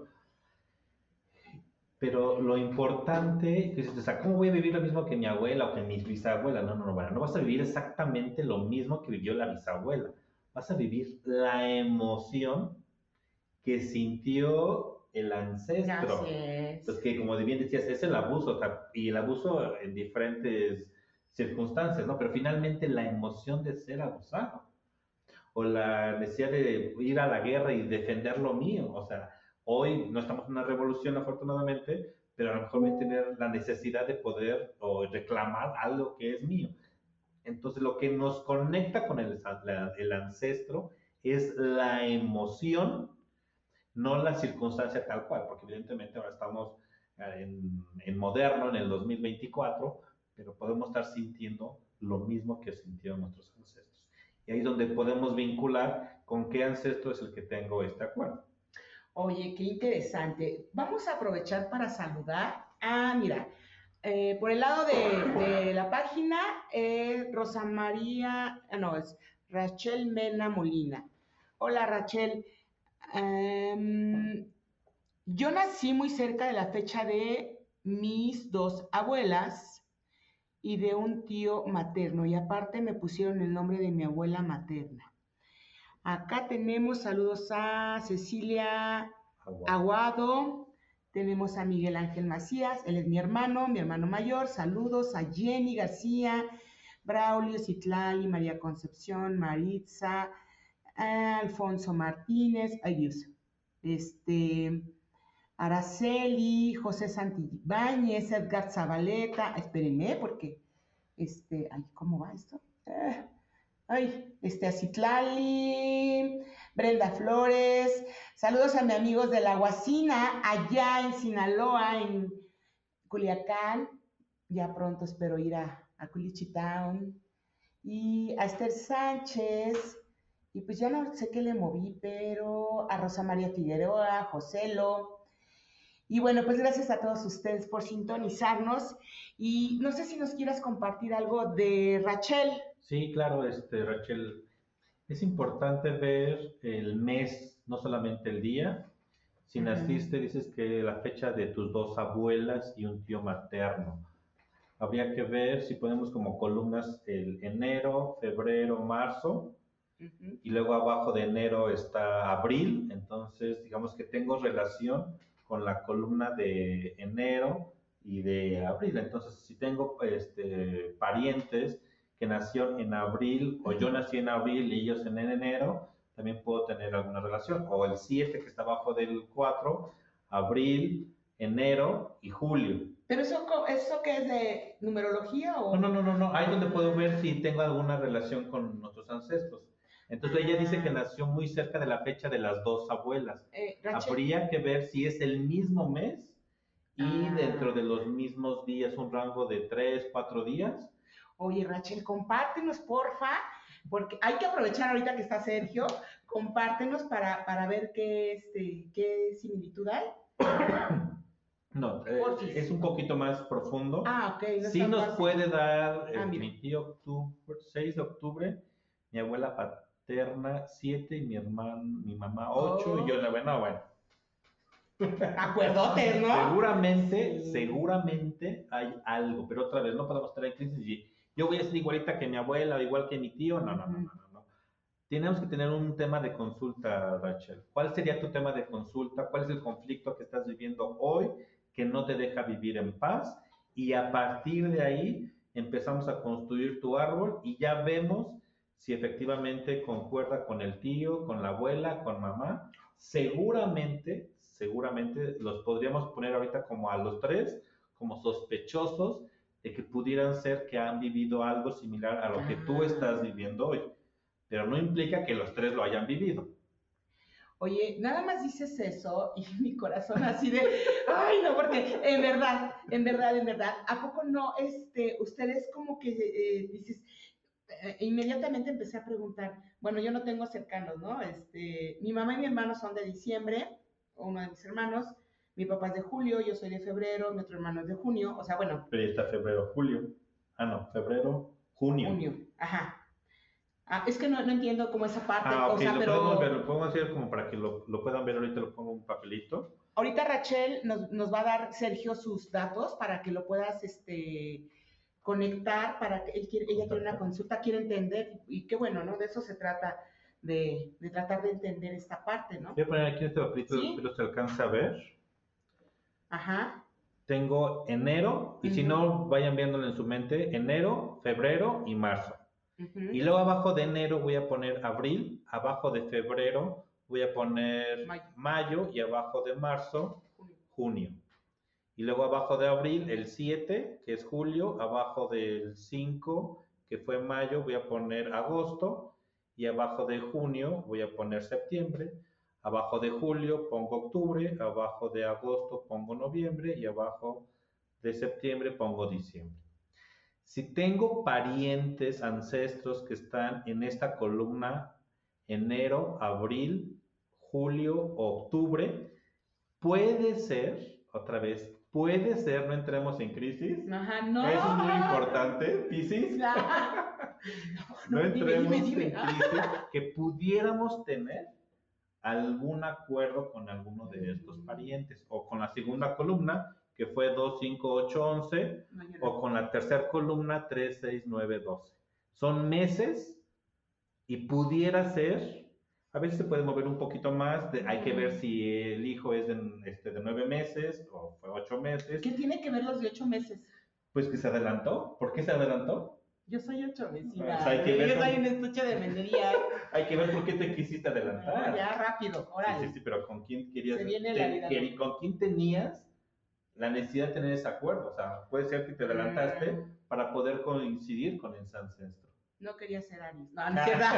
S4: Pero lo importante es, o sea, ¿cómo voy a vivir lo mismo que mi abuela o que mi bisabuela? No, bueno, no vas a vivir exactamente lo mismo que vivió la bisabuela. Vas a vivir la emoción que sintió el ancestro.
S3: Así es.
S4: Entonces, que como bien decías, es el abuso, o sea, y el abuso en diferentes circunstancias, ¿no? Pero finalmente la emoción de ser abusado, o la necesidad de ir a la guerra y defender lo mío, o sea, hoy no estamos en una revolución afortunadamente, pero a lo mejor voy a tener la necesidad de poder o reclamar algo que es mío. Entonces lo que nos conecta con el ancestro es la emoción, no la circunstancia tal cual, porque evidentemente ahora estamos en moderno, en el 2024, pero podemos estar sintiendo lo mismo que sintieron nuestros ancestros. Y ahí es donde podemos vincular con qué ancestro es el que tengo este acuerdo.
S3: Oye, qué interesante. Vamos a aprovechar para saludar. Mira, por el lado de la página, Rosa María, no, es Rachel Mena Molina. Hola, Rachel. Yo nací muy cerca de la fecha de mis dos abuelas y de un tío materno, y aparte me pusieron el nombre de mi abuela materna. Acá tenemos saludos a Cecilia Aguado, tenemos a Miguel Ángel Macías, él es mi hermano mayor, saludos a Jenny García, Braulio Citlali, María Concepción, Maritza, Alfonso Martínez, ay Dios, Araceli, José Santibáñez, Edgar Zabaleta, espérenme porque, ay, ¿cómo va esto? A Citlali, Brenda Flores, saludos a mis amigos de La Guasina, allá en Sinaloa, en Culiacán, ya pronto espero ir a Culichitown, y a Esther Sánchez, y pues ya no sé qué le moví, pero a Rosa María Figueroa, Joselo. Y bueno, pues gracias a todos ustedes por sintonizarnos. Y no sé si nos quieras compartir algo de Rachel.
S4: Sí, claro, Rachel, es importante ver el mes, no solamente el día. Si naciste, dices que la fecha de tus dos abuelas y un tío materno. Habría que ver si ponemos como columnas el enero, febrero, marzo, y luego abajo de enero está abril, entonces digamos que tengo relación con la columna de enero y de abril. Entonces, si tengo parientes que nacieron en abril, o yo nací en abril y ellos en enero, también puedo tener alguna relación. O el 7 que está abajo del 4, abril, enero y julio.
S3: ¿Pero eso qué es de numerología o...?
S4: No. Ahí es donde puedo ver si tengo alguna relación con nuestros ancestros. Entonces ella dice que nació muy cerca de la fecha de las dos abuelas.
S3: Rachel.
S4: Habría que ver si es el mismo mes y dentro de los mismos días, un rango de 3, 4 días.
S3: Oye, Rachel, compártenos, porfa, porque hay que aprovechar ahorita que está Sergio, compártenos para ver qué similitud hay.
S4: No, es un poquito más profundo.
S3: Ok.
S4: No sí nos fácil. Puede dar
S3: mi
S4: tío 6 de octubre, mi abuela paterna 7 y mi mamá 8 y yo 9. No, bueno.
S3: Acuerdotes, ¿no?
S4: Seguramente hay algo, pero otra vez no podemos estar en crisis y yo voy a ser igualita que mi abuela o igual que mi tío. No. Tenemos que tener un tema de consulta, Rachel. ¿Cuál sería tu tema de consulta? ¿Cuál es el conflicto que estás viviendo hoy que no te deja vivir en paz? Y a partir de ahí empezamos a construir tu árbol y ya vemos si efectivamente concuerda con el tío, con la abuela, con mamá. Seguramente los podríamos poner ahorita como a los 3, como sospechosos de que pudieran ser que han vivido algo similar a lo que tú estás viviendo hoy. Pero no implica que los 3 lo hayan vivido.
S3: Oye, nada más dices eso y mi corazón así de, ay no, porque en verdad, ¿a poco no, ustedes como que dices, inmediatamente empecé a preguntar, bueno, yo no tengo cercanos, ¿no? Mi mamá y mi hermano son de diciembre, uno de mis hermanos, mi papá es de julio, yo soy de febrero, mi otro hermano es de junio, o sea, bueno.
S4: Pero está febrero, julio. Febrero, junio.
S3: Junio, ajá. Es que no entiendo como esa parte.
S4: Okay,
S3: o sea,
S4: lo
S3: pero
S4: podemos ver, lo podemos hacer como para que lo puedan ver. Ahorita lo pongo en un papelito.
S3: Ahorita Rachel nos va a dar, Sergio, sus datos para que lo puedas conectar, para que ella quiere una consulta, quiere entender, y qué bueno, ¿no? De eso se trata, de tratar de entender esta parte, ¿no?
S4: Voy a poner aquí este papelito, ¿sí? Pero se alcanza a ver.
S3: Ajá.
S4: Tengo enero, y si no, vayan viéndolo en su mente, enero, febrero y marzo. Y luego abajo de enero voy a poner abril, abajo de febrero voy a poner mayo y abajo de marzo, junio. Y luego abajo de abril el 7, que es julio, abajo del 5, que fue mayo, voy a poner agosto, y abajo de junio voy a poner septiembre, abajo de julio pongo octubre, abajo de agosto pongo noviembre y abajo de septiembre pongo diciembre. Si tengo parientes, ancestros que están en esta columna, enero, abril, julio, octubre, puede ser, otra vez, puede ser, no entremos en crisis.
S3: Ajá, no.
S4: Eso es muy importante, Piscis. No entremos en crisis, que pudiéramos tener algún acuerdo con alguno de estos parientes, o con la segunda columna, que fue 2, 5, 8, 11, o con la tercera columna 3, 6, 9, 12. Son meses y pudiera ser, a veces se puede mover un poquito más, hay que ver si el hijo es de 9 meses o fue 8 meses.
S3: ¿Qué tiene que ver los de 8 meses?
S4: Pues que se adelantó. ¿Por qué se adelantó?
S3: Yo soy 8 mesina.
S4: Yo
S3: soy un estuche de menería.
S4: Hay que ver por qué te quisiste adelantar.
S3: No, ya rápido, órale.
S4: Sí, pero ¿con quién querías?
S3: Se viene la vida.
S4: ¿Con quién tenías la necesidad de tener ese acuerdo? O sea, puede ser que te adelantaste para poder coincidir con ese ancestro.
S3: No quería ser Aries. No, no es cierto.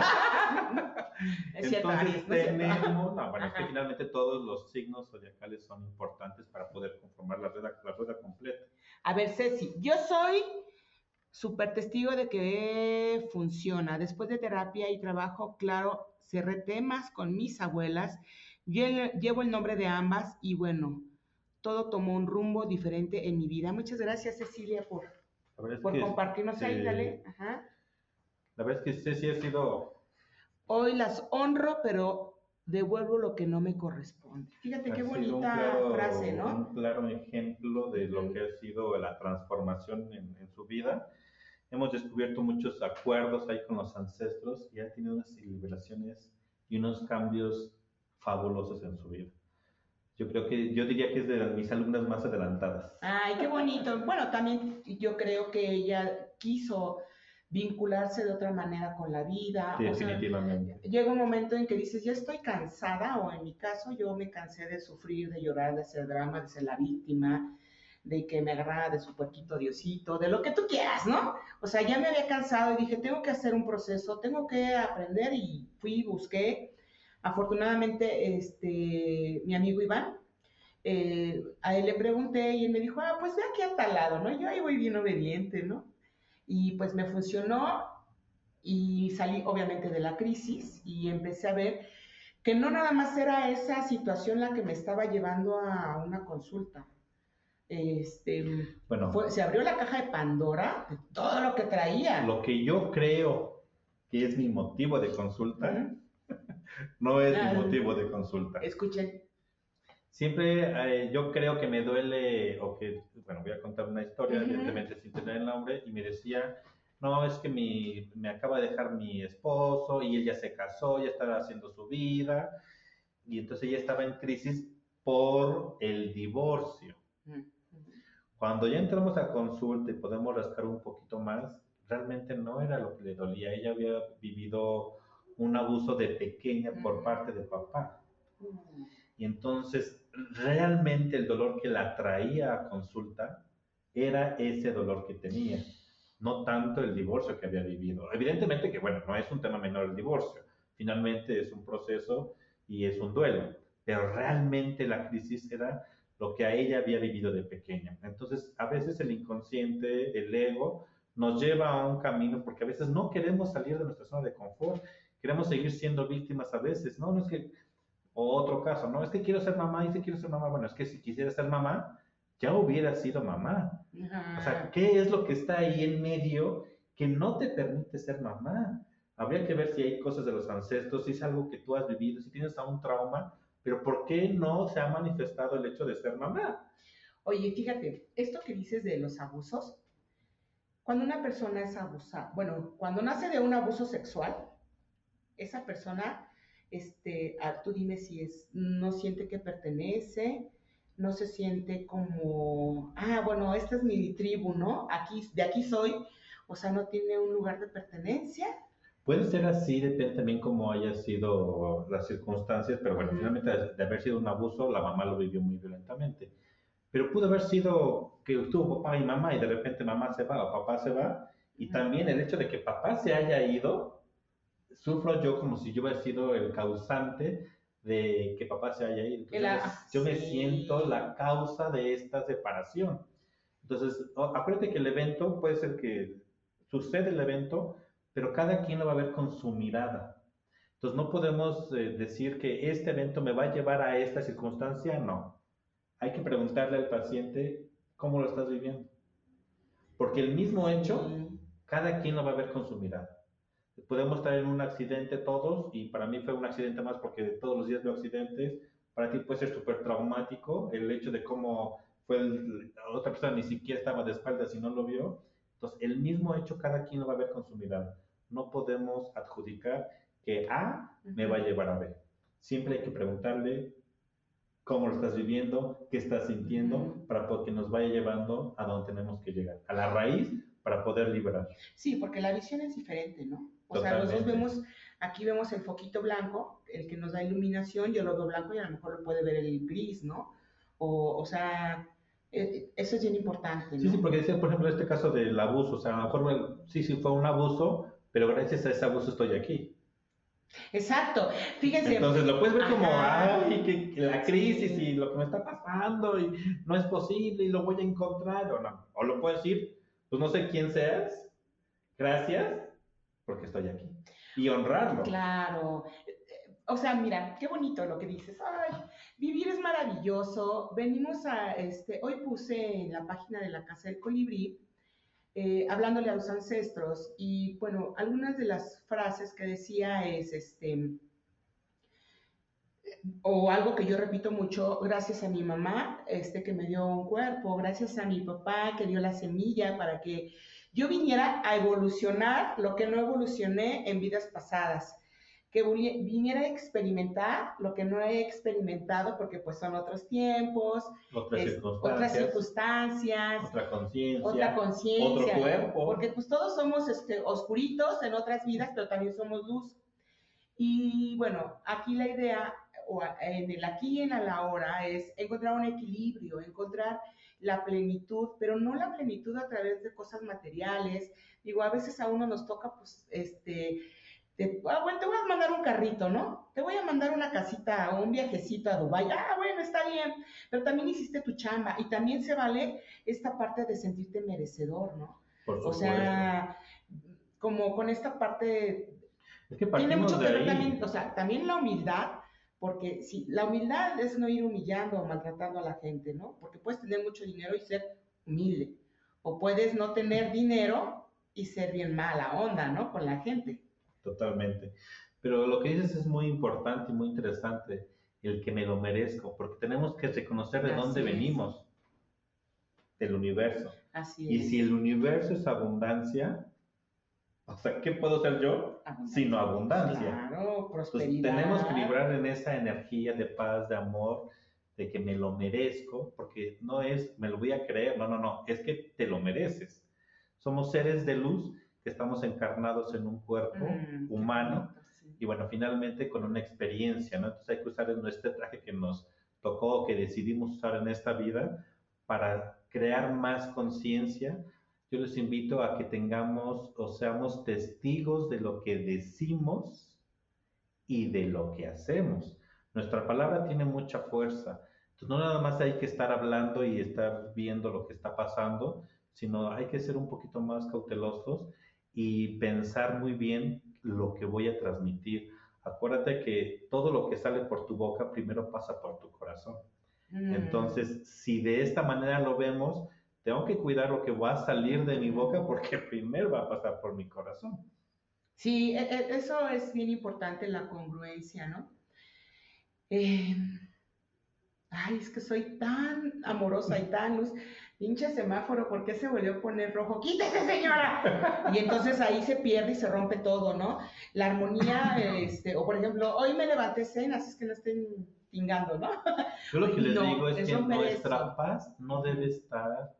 S3: Es cierto,
S4: Entonces
S3: Aries,
S4: tenemos, es que finalmente todos los signos zodiacales son importantes para poder conformar la rueda completa.
S3: A ver, Ceci, yo soy súper testigo de que funciona. Después de terapia y trabajo, claro, cerré temas con mis abuelas, llevo el nombre de ambas y bueno, todo tomó un rumbo diferente en mi vida. Muchas gracias, Cecilia, por compartirnos ahí, dale. Ajá.
S4: La verdad es que Ceci ha sido...
S3: Hoy las honro, pero devuelvo lo que no me corresponde. Fíjate qué bonita frase, ¿no?
S4: Un claro ejemplo de lo que ha sido la transformación en su vida. Hemos descubierto muchos acuerdos ahí con los ancestros y ha tenido unas liberaciones y unos cambios fabulosos en su vida. Yo diría que es de mis alumnas más adelantadas.
S3: Ay, qué bonito. Bueno, también yo creo que ella quiso vincularse de otra manera con la vida.
S4: Definitivamente.
S3: O sea, llega un momento en que dices, ya estoy cansada, o en mi caso yo me cansé de sufrir, de llorar, de hacer drama, de ser la víctima, de que me agarrara de su puerquito Diosito, de lo que tú quieras, ¿no? O sea, ya me había cansado y dije, tengo que hacer un proceso, tengo que aprender y fui, busqué. Afortunadamente, mi amigo Iván, a él le pregunté y él me dijo, pues ve aquí a tal lado, ¿no? Yo ahí voy bien obediente, ¿no? Y pues me funcionó y salí obviamente de la crisis y empecé a ver que no nada más era esa situación la que me estaba llevando a una consulta.
S4: Bueno,
S3: Se abrió la caja de Pandora de todo lo que traía.
S4: lo que yo creo que es mi motivo de consulta, no es mi motivo de consulta.
S3: Escuchen.
S4: Siempre yo creo que me duele, o que, bueno, voy a contar una historia, evidentemente sin tener el nombre, y me decía, no, es que me acaba de dejar mi esposo y él ya se casó, ya estaba haciendo su vida, y entonces ella estaba en crisis por el divorcio. Cuando ya entramos a consulta y podemos rascar un poquito más, realmente no era lo que le dolía. Ella había vivido un abuso de pequeña por parte de papá. Y entonces, realmente el dolor que la traía a consulta era ese dolor que tenía, no tanto el divorcio que había vivido. Evidentemente que, bueno, no es un tema menor el divorcio. Finalmente es un proceso y es un duelo. Pero realmente la crisis era lo que a ella había vivido de pequeña. Entonces, a veces el inconsciente, el ego, nos lleva a un camino porque a veces no queremos salir de nuestra zona de confort, queremos seguir siendo víctimas a veces, ¿no? No es que, o otro caso, ¿no? Es que quiero ser mamá y si quiero ser mamá, bueno, es que si quisiera ser mamá, ya hubiera sido mamá. O sea, ¿qué es lo que está ahí en medio que no te permite ser mamá? Habría que ver si hay cosas de los ancestros, si es algo que tú has vivido, si tienes un trauma, pero ¿por qué no se ha manifestado el hecho de ser mamá?
S3: Oye, fíjate, esto que dices de los abusos, cuando una persona es abusada, bueno, cuando nace de un abuso sexual, esa persona, tú dime si no siente que pertenece, no se siente como, bueno, esta es mi tribu, ¿no? De aquí soy, o sea, no tiene un lugar de pertenencia.
S4: Puede ser así, depende también cómo haya sido las circunstancias, pero bueno, finalmente de haber sido un abuso, la mamá lo vivió muy violentamente. Pero pudo haber sido que estuvo papá y mamá y de repente mamá se va o papá se va, y también el hecho de que papá se haya ido, sufro yo como si yo hubiera sido el causante de que papá se haya ido. Entonces, yo me siento la causa de esta separación. Entonces, acuérdate que el evento puede ser que sucede el evento, pero cada quien lo va a ver con su mirada. Entonces, no podemos decir que este evento me va a llevar a esta circunstancia, no. Hay que preguntarle al paciente cómo lo estás viviendo. Porque el mismo hecho, cada quien lo va a ver con su mirada. Podemos estar en un accidente todos, y para mí fue un accidente más porque todos los días veo accidentes. Para ti puede ser súper traumático el hecho de cómo fue la otra persona ni siquiera estaba de espaldas y no lo vio. Entonces, el mismo hecho cada quien lo va a ver con su mirada. No podemos adjudicar que A me va a llevar a B. Siempre hay que preguntarle cómo lo estás viviendo, qué estás sintiendo, para que nos vaya llevando a donde tenemos que llegar, a la raíz, para poder liberar.
S3: Sí, porque la visión es diferente, ¿no? O sea, los dos vemos, aquí vemos el foquito blanco, el que nos da iluminación, yo lo veo blanco y a lo mejor lo puede ver el gris, ¿no? O sea, eso es bien importante, ¿no?
S4: Sí, porque decía, por ejemplo, este caso del abuso, o sea, a lo mejor sí fue un abuso, pero gracias a ese abuso estoy aquí.
S3: Exacto, fíjense.
S4: Entonces lo puedes ver como, ay, que la crisis y lo que me está pasando y no es posible y lo voy a encontrar o no. O lo puedes decir, pues no sé quién seas, gracias, porque estoy aquí. Y honrarlo.
S3: Claro. O sea, mira, qué bonito lo que dices. Ay, vivir es maravilloso. Venimos hoy puse en la página de la Casa del Colibrí, hablándole a los ancestros, y bueno, algunas de las frases que decía es, o algo que yo repito mucho, gracias a mi mamá, que me dio un cuerpo, gracias a mi papá que dio la semilla para que yo viniera a evolucionar lo que no evolucioné en vidas pasadas, que viniera a experimentar lo que no he experimentado porque pues son otros tiempos, otras circunstancias,
S4: otra conciencia,
S3: otro
S4: cuerpo.
S3: Porque pues todos somos oscuritos en otras vidas, pero también somos luz. Y bueno, aquí la idea, o en el aquí y en el ahora, es encontrar un equilibrio, encontrar la plenitud, pero no la plenitud a través de cosas materiales. Digo, a veces a uno nos toca, pues, bueno, te voy a mandar un carrito, ¿no? Te voy a mandar una casita o un viajecito a Dubái. Ah, bueno, está bien, pero también hiciste tu chamba y también se vale esta parte de sentirte merecedor, ¿no?
S4: Por
S3: O
S4: supuesto.
S3: sea, como con esta parte,
S4: Es que
S3: tiene
S4: partimos
S3: mucho
S4: de
S3: que ver
S4: ahí.
S3: también, o sea, también la humildad, porque sí, la humildad es no ir humillando o maltratando a la gente, ¿no? Porque puedes tener mucho dinero y ser humilde, o puedes no tener dinero y ser bien mala onda, ¿no? Con la gente.
S4: Totalmente. Pero lo que dices es muy importante y muy interesante, el que me lo merezco, porque tenemos que reconocer de dónde
S3: Así es.
S4: venimos, del universo.
S3: Así
S4: Y
S3: es.
S4: si el universo es abundancia, o sea, ¿qué puedo ser yo?
S3: Abundancia.
S4: Sino abundancia.
S3: Claro, prosperidad.
S4: Entonces, tenemos que vibrar en esa energía de paz, de amor, de que me lo merezco, porque no es me lo voy a creer, no, es que te lo mereces. Somos seres de luz que estamos encarnados en un cuerpo humano
S3: bonito, sí.
S4: y bueno, finalmente con una experiencia, ¿no? Entonces hay que usar nuestro traje que nos tocó, que decidimos usar en esta vida para crear más conciencia. Yo les invito a que tengamos o seamos testigos de lo que decimos y de lo que hacemos. Nuestra palabra tiene mucha fuerza. Entonces, no nada más hay que estar hablando y estar viendo lo que está pasando, sino hay que ser un poquito más cautelosos y pensar muy bien lo que voy a transmitir. Acuérdate que todo lo que sale por tu boca primero pasa por tu corazón. Entonces, si de esta manera lo vemos, tengo que cuidar lo que va a salir de mi boca porque primero va a pasar por mi corazón.
S3: Sí, eso es bien importante, la congruencia, ¿no? Ay, es que soy tan amorosa y tan luz. Pinche semáforo, ¿por qué se volvió a poner rojo? ¡Quítese, señora! Y entonces ahí se pierde y se rompe todo, ¿no? La armonía, o por ejemplo, hoy me levanté cenas, es que no estén pingando, ¿no?
S4: Yo lo que les
S3: No,
S4: digo es que nuestra
S3: eso.
S4: paz no debe estar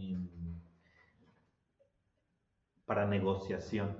S4: para negociación.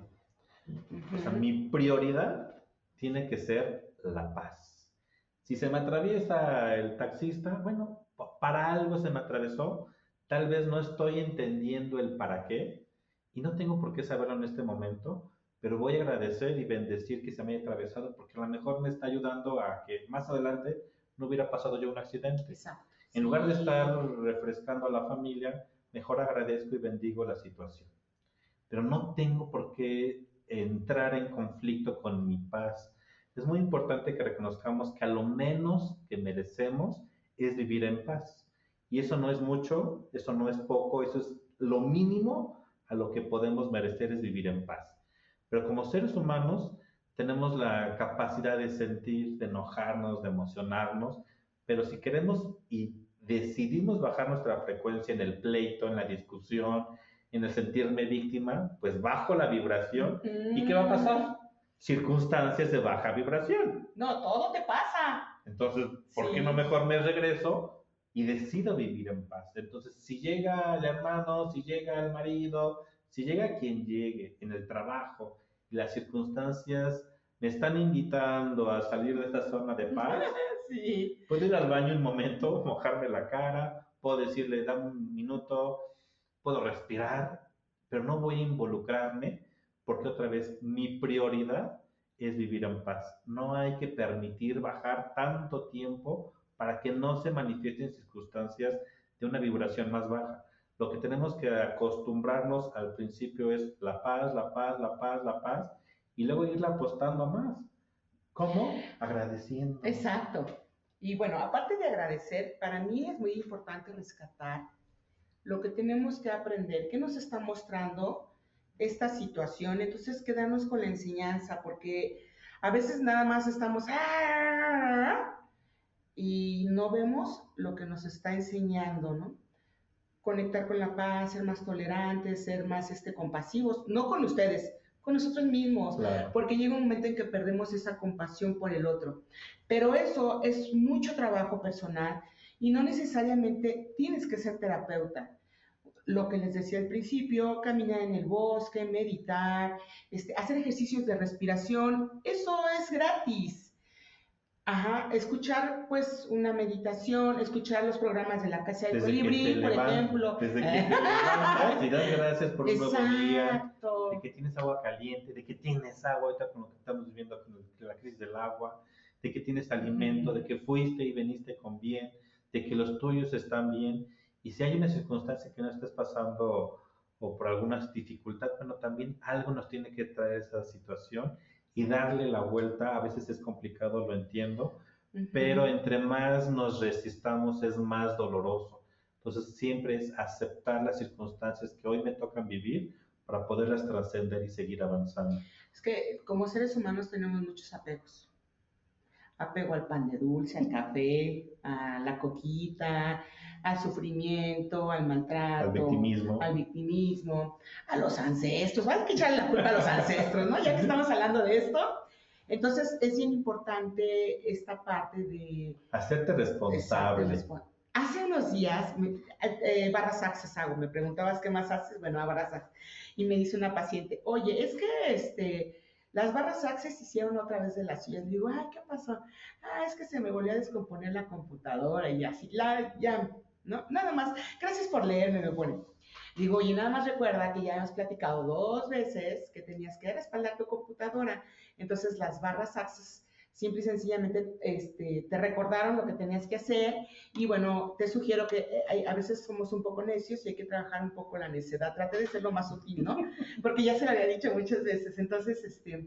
S4: O sea, mi prioridad tiene que ser la paz. Si se me atraviesa el taxista, bueno, para algo se me atravesó, tal vez no estoy entendiendo el para qué y no tengo por qué saberlo en este momento, pero voy a agradecer y bendecir que se me haya atravesado porque a lo mejor me está ayudando a que más adelante no hubiera pasado yo un accidente.
S3: Exacto.
S4: En lugar de estar refrescando a la familia, mejor agradezco y bendigo la situación. Pero no tengo por qué entrar en conflicto con mi paz. Es muy importante que reconozcamos que a lo menos que merecemos es vivir en paz. Y eso no es mucho, eso no es poco, eso es lo mínimo a lo que podemos merecer es vivir en paz. Pero como seres humanos tenemos la capacidad de sentir, de enojarnos, de emocionarnos, pero si queremos y decidimos bajar nuestra frecuencia en el pleito, en la discusión, en el sentirme víctima, pues bajo la vibración. ¿Y qué va a pasar? Circunstancias de baja vibración.
S3: No, todo te pasa.
S4: Entonces, ¿por qué no mejor me regreso y decido vivir en paz? Entonces, si llega el hermano, si llega el marido, si llega quien llegue en el trabajo y las circunstancias me están invitando a salir de esta zona de paz,
S3: sí.
S4: Puedo ir al baño un momento, mojarme la cara, puedo decirle, dame un minuto, puedo respirar, pero no voy a involucrarme porque otra vez mi prioridad es vivir en paz. No hay que permitir bajar tanto tiempo para que no se manifiesten circunstancias de una vibración más baja. Lo que tenemos que acostumbrarnos al principio es la paz, la paz, la paz, la paz, y luego irla apostando más. ¿Cómo? Agradeciendo.
S3: Exacto. Y bueno, aparte de agradecer, para mí es muy importante rescatar lo que tenemos que aprender, qué nos está mostrando esta situación. Entonces, quedarnos con la enseñanza, porque a veces nada más estamos y no vemos lo que nos está enseñando, ¿no? Conectar con la paz, ser más tolerantes, ser más compasivos, no con ustedes, con nosotros mismos,
S4: Claro.
S3: porque llega un momento en que perdemos esa compasión por el otro. Pero eso es mucho trabajo personal y no necesariamente tienes que ser terapeuta. Lo que les decía al principio, caminar en el bosque, meditar, hacer ejercicios de respiración, eso es gratis. Ajá, escuchar pues una meditación, escuchar los programas de la Casa del
S4: Desde que te
S3: Colibrí, por
S4: levantas,
S3: ejemplo.
S4: desde que te levantas y das gracias por un nuevo día, de
S3: Exacto.
S4: que tienes agua caliente, de que tienes agua, ahorita con lo que estamos viviendo con la crisis del agua, de que tienes alimento, de que fuiste y veniste con bien, de que los tuyos están bien. Y si hay una circunstancia que no estés pasando o por alguna dificultad, bueno, también algo nos tiene que traer esa situación y darle la vuelta. A veces es complicado, lo entiendo, pero entre más nos resistamos es más doloroso. Entonces siempre es aceptar las circunstancias que hoy me tocan vivir para poderlas trascender y seguir avanzando.
S3: Es que como seres humanos tenemos muchos apegos. Apego al pan de dulce, al café, a la coquita, al sufrimiento, al maltrato, al victimismo, a los ancestros. Hay que echarle la culpa a los ancestros, ¿no? Ya que estamos hablando de esto. Entonces es bien importante esta parte de...
S4: Hacerte responsable.
S3: Hace unos días, barras access hago, me preguntabas qué más haces, bueno, a barras access. Y me dice una paciente, oye, es que las barras access hicieron otra vez de las suyas. Le digo, ay, ¿qué pasó? Ah, es que se me volvió a descomponer la computadora y así, ya, ¿no? Nada más, gracias por leerme, me pone. Digo, oye, nada más recuerda que ya hemos platicado 2 veces que tenías que respaldar tu computadora. Entonces, las barras access simple y sencillamente te recordaron lo que tenías que hacer y bueno, te sugiero que a veces somos un poco necios y hay que trabajar un poco la necedad, trate de ser lo más sutil, ¿no? Porque ya se lo había dicho muchas veces, entonces,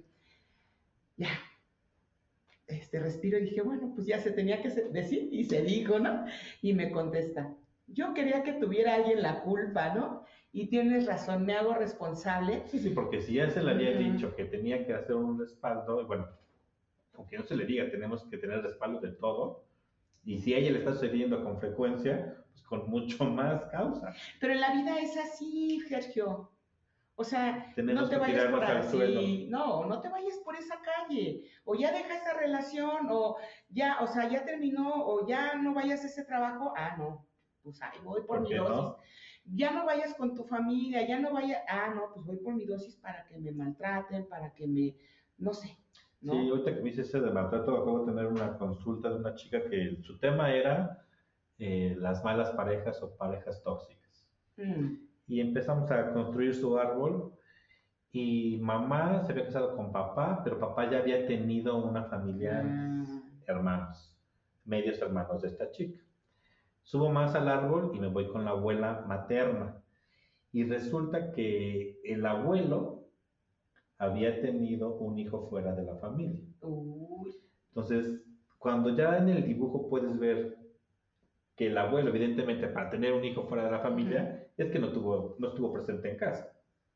S3: ya, respiro y dije, bueno, pues ya se tenía que decir y se dijo, ¿no? Y me contesta, yo quería que tuviera alguien la culpa, ¿no? Y tienes razón, me hago responsable.
S4: Sí, porque si ya se le había dicho que tenía que hacer un respaldo, bueno, aunque no se le diga, tenemos que tener respaldo de todo. Y si a ella le está sucediendo con frecuencia, pues con mucho más causa.
S3: Pero en la vida es así, Sergio. O sea,
S4: tenemos
S3: no te
S4: que
S3: vayas por
S4: así,
S3: no te vayas por esa calle, o ya deja esa relación, o ya, o sea, ya terminó, o ya no vayas a ese trabajo, no, pues ahí voy por mi dosis. No? Ya no vayas con tu familia, ya no vayas, no, pues voy por mi dosis para que me maltraten, para que me, no sé. ¿No?
S4: Sí, ahorita que me dice ese de maltrato, acabo de tener una consulta de una chica que su tema era las malas parejas o parejas tóxicas. Y empezamos a construir su árbol y mamá se había casado con papá, pero papá ya había tenido una familia, hermanos, medios hermanos de esta chica. Subo más al árbol y me voy con la abuela materna. Y resulta que el abuelo había tenido un hijo fuera de la familia. Entonces, cuando ya en el dibujo puedes ver que el abuelo, evidentemente, para tener un hijo fuera de la familia, es que no estuvo presente en casa.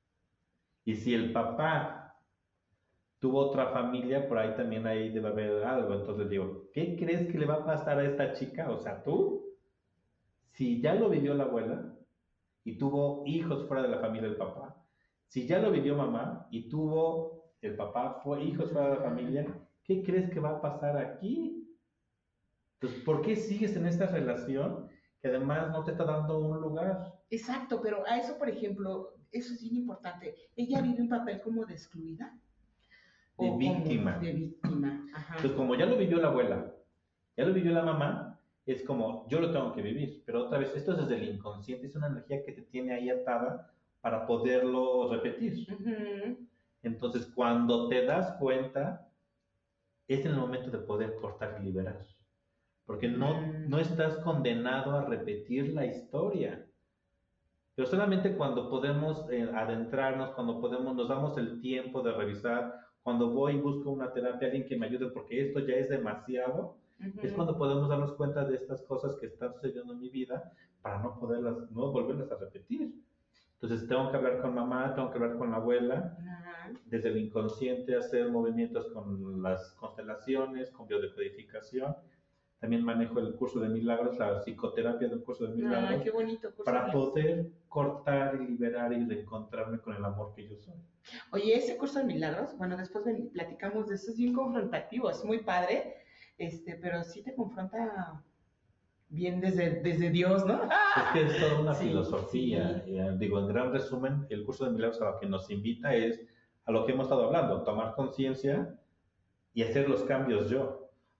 S4: Y si el papá tuvo otra familia, por ahí también ahí debe haber algo. Entonces digo, ¿qué crees que le va a pasar a esta chica? O sea, tú, si ya lo vivió la abuela y tuvo hijos fuera de la familia del papá, si ya lo vivió mamá y tuvo el papá, hijos fuera de la familia, ¿qué crees que va a pasar aquí? Entonces, ¿por qué sigues en esta relación que además no te está dando un lugar?
S3: Exacto, pero a eso, por ejemplo, eso es bien importante. Ella vive un papel como de excluida.
S4: De víctima.
S3: De víctima, ajá.
S4: Entonces, como ya lo vivió la abuela, ya lo vivió la mamá, es como, yo lo tengo que vivir. Pero otra vez, esto es desde el inconsciente, es una energía que te tiene ahí atada para poderlo repetir. Entonces, cuando te das cuenta, es el momento de poder cortar y liberar. Porque no estás condenado a repetir la historia. Pero solamente cuando podemos adentrarnos, cuando nos damos el tiempo de revisar, cuando voy y busco una terapia, alguien que me ayude, porque esto ya es demasiado, es cuando podemos darnos cuenta de estas cosas que están sucediendo en mi vida para no volverlas a repetir. Entonces tengo que hablar con mamá, tengo que hablar con la abuela, desde el inconsciente hacer movimientos con las constelaciones, con biodecodificación. También manejo el curso de milagros, la psicoterapia del curso de milagros.
S3: Qué bonito curso.
S4: Para poder cortar y liberar y reencontrarme con el amor que yo soy.
S3: Oye, ese curso de milagros, bueno, después platicamos de eso, es bien confrontativo, es muy padre, pero sí te confronta bien desde Dios, ¿no?
S4: Es que es toda una filosofía. Sí. Digo, en gran resumen, el curso de milagros a lo que nos invita es a lo que hemos estado hablando, tomar conciencia y hacer los cambios yo.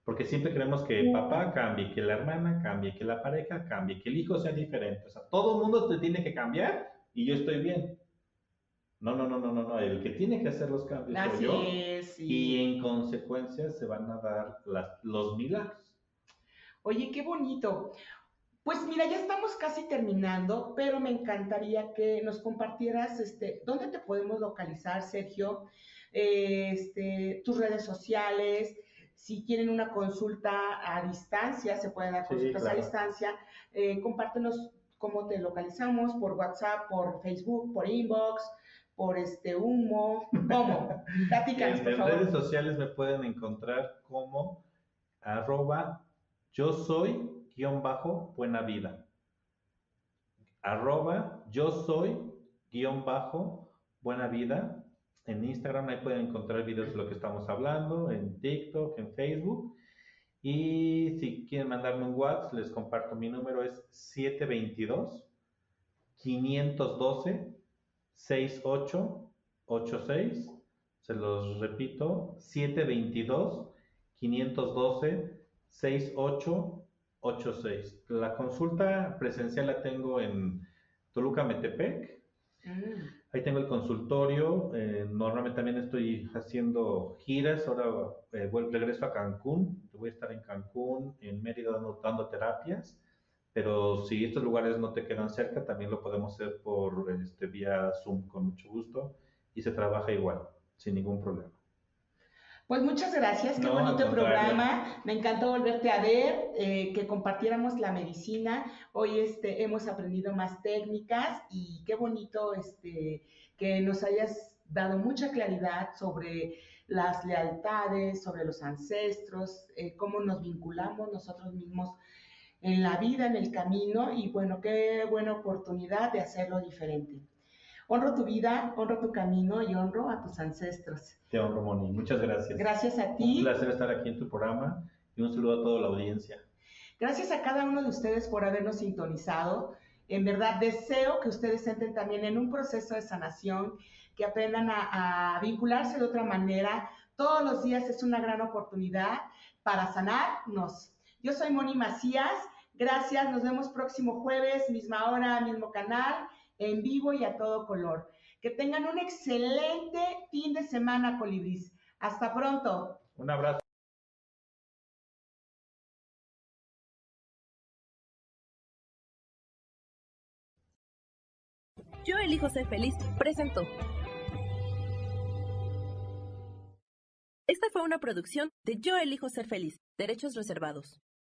S4: Porque siempre queremos que papá cambie, que la hermana cambie, que la pareja cambie, que el hijo sea diferente. O sea, todo el mundo te tiene que cambiar y yo estoy bien. No, no, no, no, no, no. El que tiene que hacer los cambios soy
S3: Así
S4: yo.
S3: es.
S4: Y en consecuencia se van a dar los milagros.
S3: Oye, qué bonito. Pues mira, ya estamos casi terminando, pero me encantaría que nos compartieras, dónde te podemos localizar, Sergio, tus redes sociales, si quieren una consulta a distancia, se pueden dar
S4: Sí,
S3: consultas a
S4: claro.
S3: distancia, compártenos cómo te localizamos, por WhatsApp, por Facebook, por inbox, por Humo, ¿cómo? Platícanos, por
S4: En redes
S3: favor.
S4: sociales me pueden encontrar como @yo soy _buena vida. @yo soy _buena vida. En Instagram ahí pueden encontrar videos de lo que estamos hablando, en TikTok, en Facebook. Y si quieren mandarme un WhatsApp, les comparto mi número, es 722-512-6886. Se los repito, 722-512-6886. La consulta presencial la tengo en Toluca, Metepec. Ahí tengo el consultorio. Normalmente también estoy haciendo giras. Ahora regreso a Cancún. Voy a estar en Cancún, en Mérida, dando terapias. Pero si estos lugares no te quedan cerca, también lo podemos hacer por vía Zoom con mucho gusto. Y se trabaja igual, sin ningún problema.
S3: Pues muchas gracias, qué
S4: No, al
S3: bonito
S4: contrario.
S3: programa. Me encantó volverte a ver, que compartiéramos la medicina. Hoy hemos aprendido más técnicas y qué bonito que nos hayas dado mucha claridad sobre las lealtades, sobre los ancestros, cómo nos vinculamos nosotros mismos en la vida, en el camino, y bueno, qué buena oportunidad de hacerlo diferente. Honro tu vida, honro tu camino y honro a tus ancestros.
S4: Te honro, Moni. Muchas gracias.
S3: Gracias a
S4: Un
S3: ti.
S4: placer estar aquí en tu programa y un saludo a toda la audiencia.
S3: Gracias a cada uno de ustedes por habernos sintonizado. En verdad, deseo que ustedes entren también en un proceso de sanación, que aprendan a vincularse de otra manera. Todos los días es una gran oportunidad para sanarnos. Yo soy Moni Macías. Gracias. Nos vemos próximo jueves, misma hora, mismo canal, en vivo y a todo color. Que tengan un excelente fin de semana, Colibris. Hasta pronto.
S4: Un abrazo.
S1: Yo elijo ser feliz presentó. Esta fue una producción de Yo elijo ser feliz. Derechos reservados.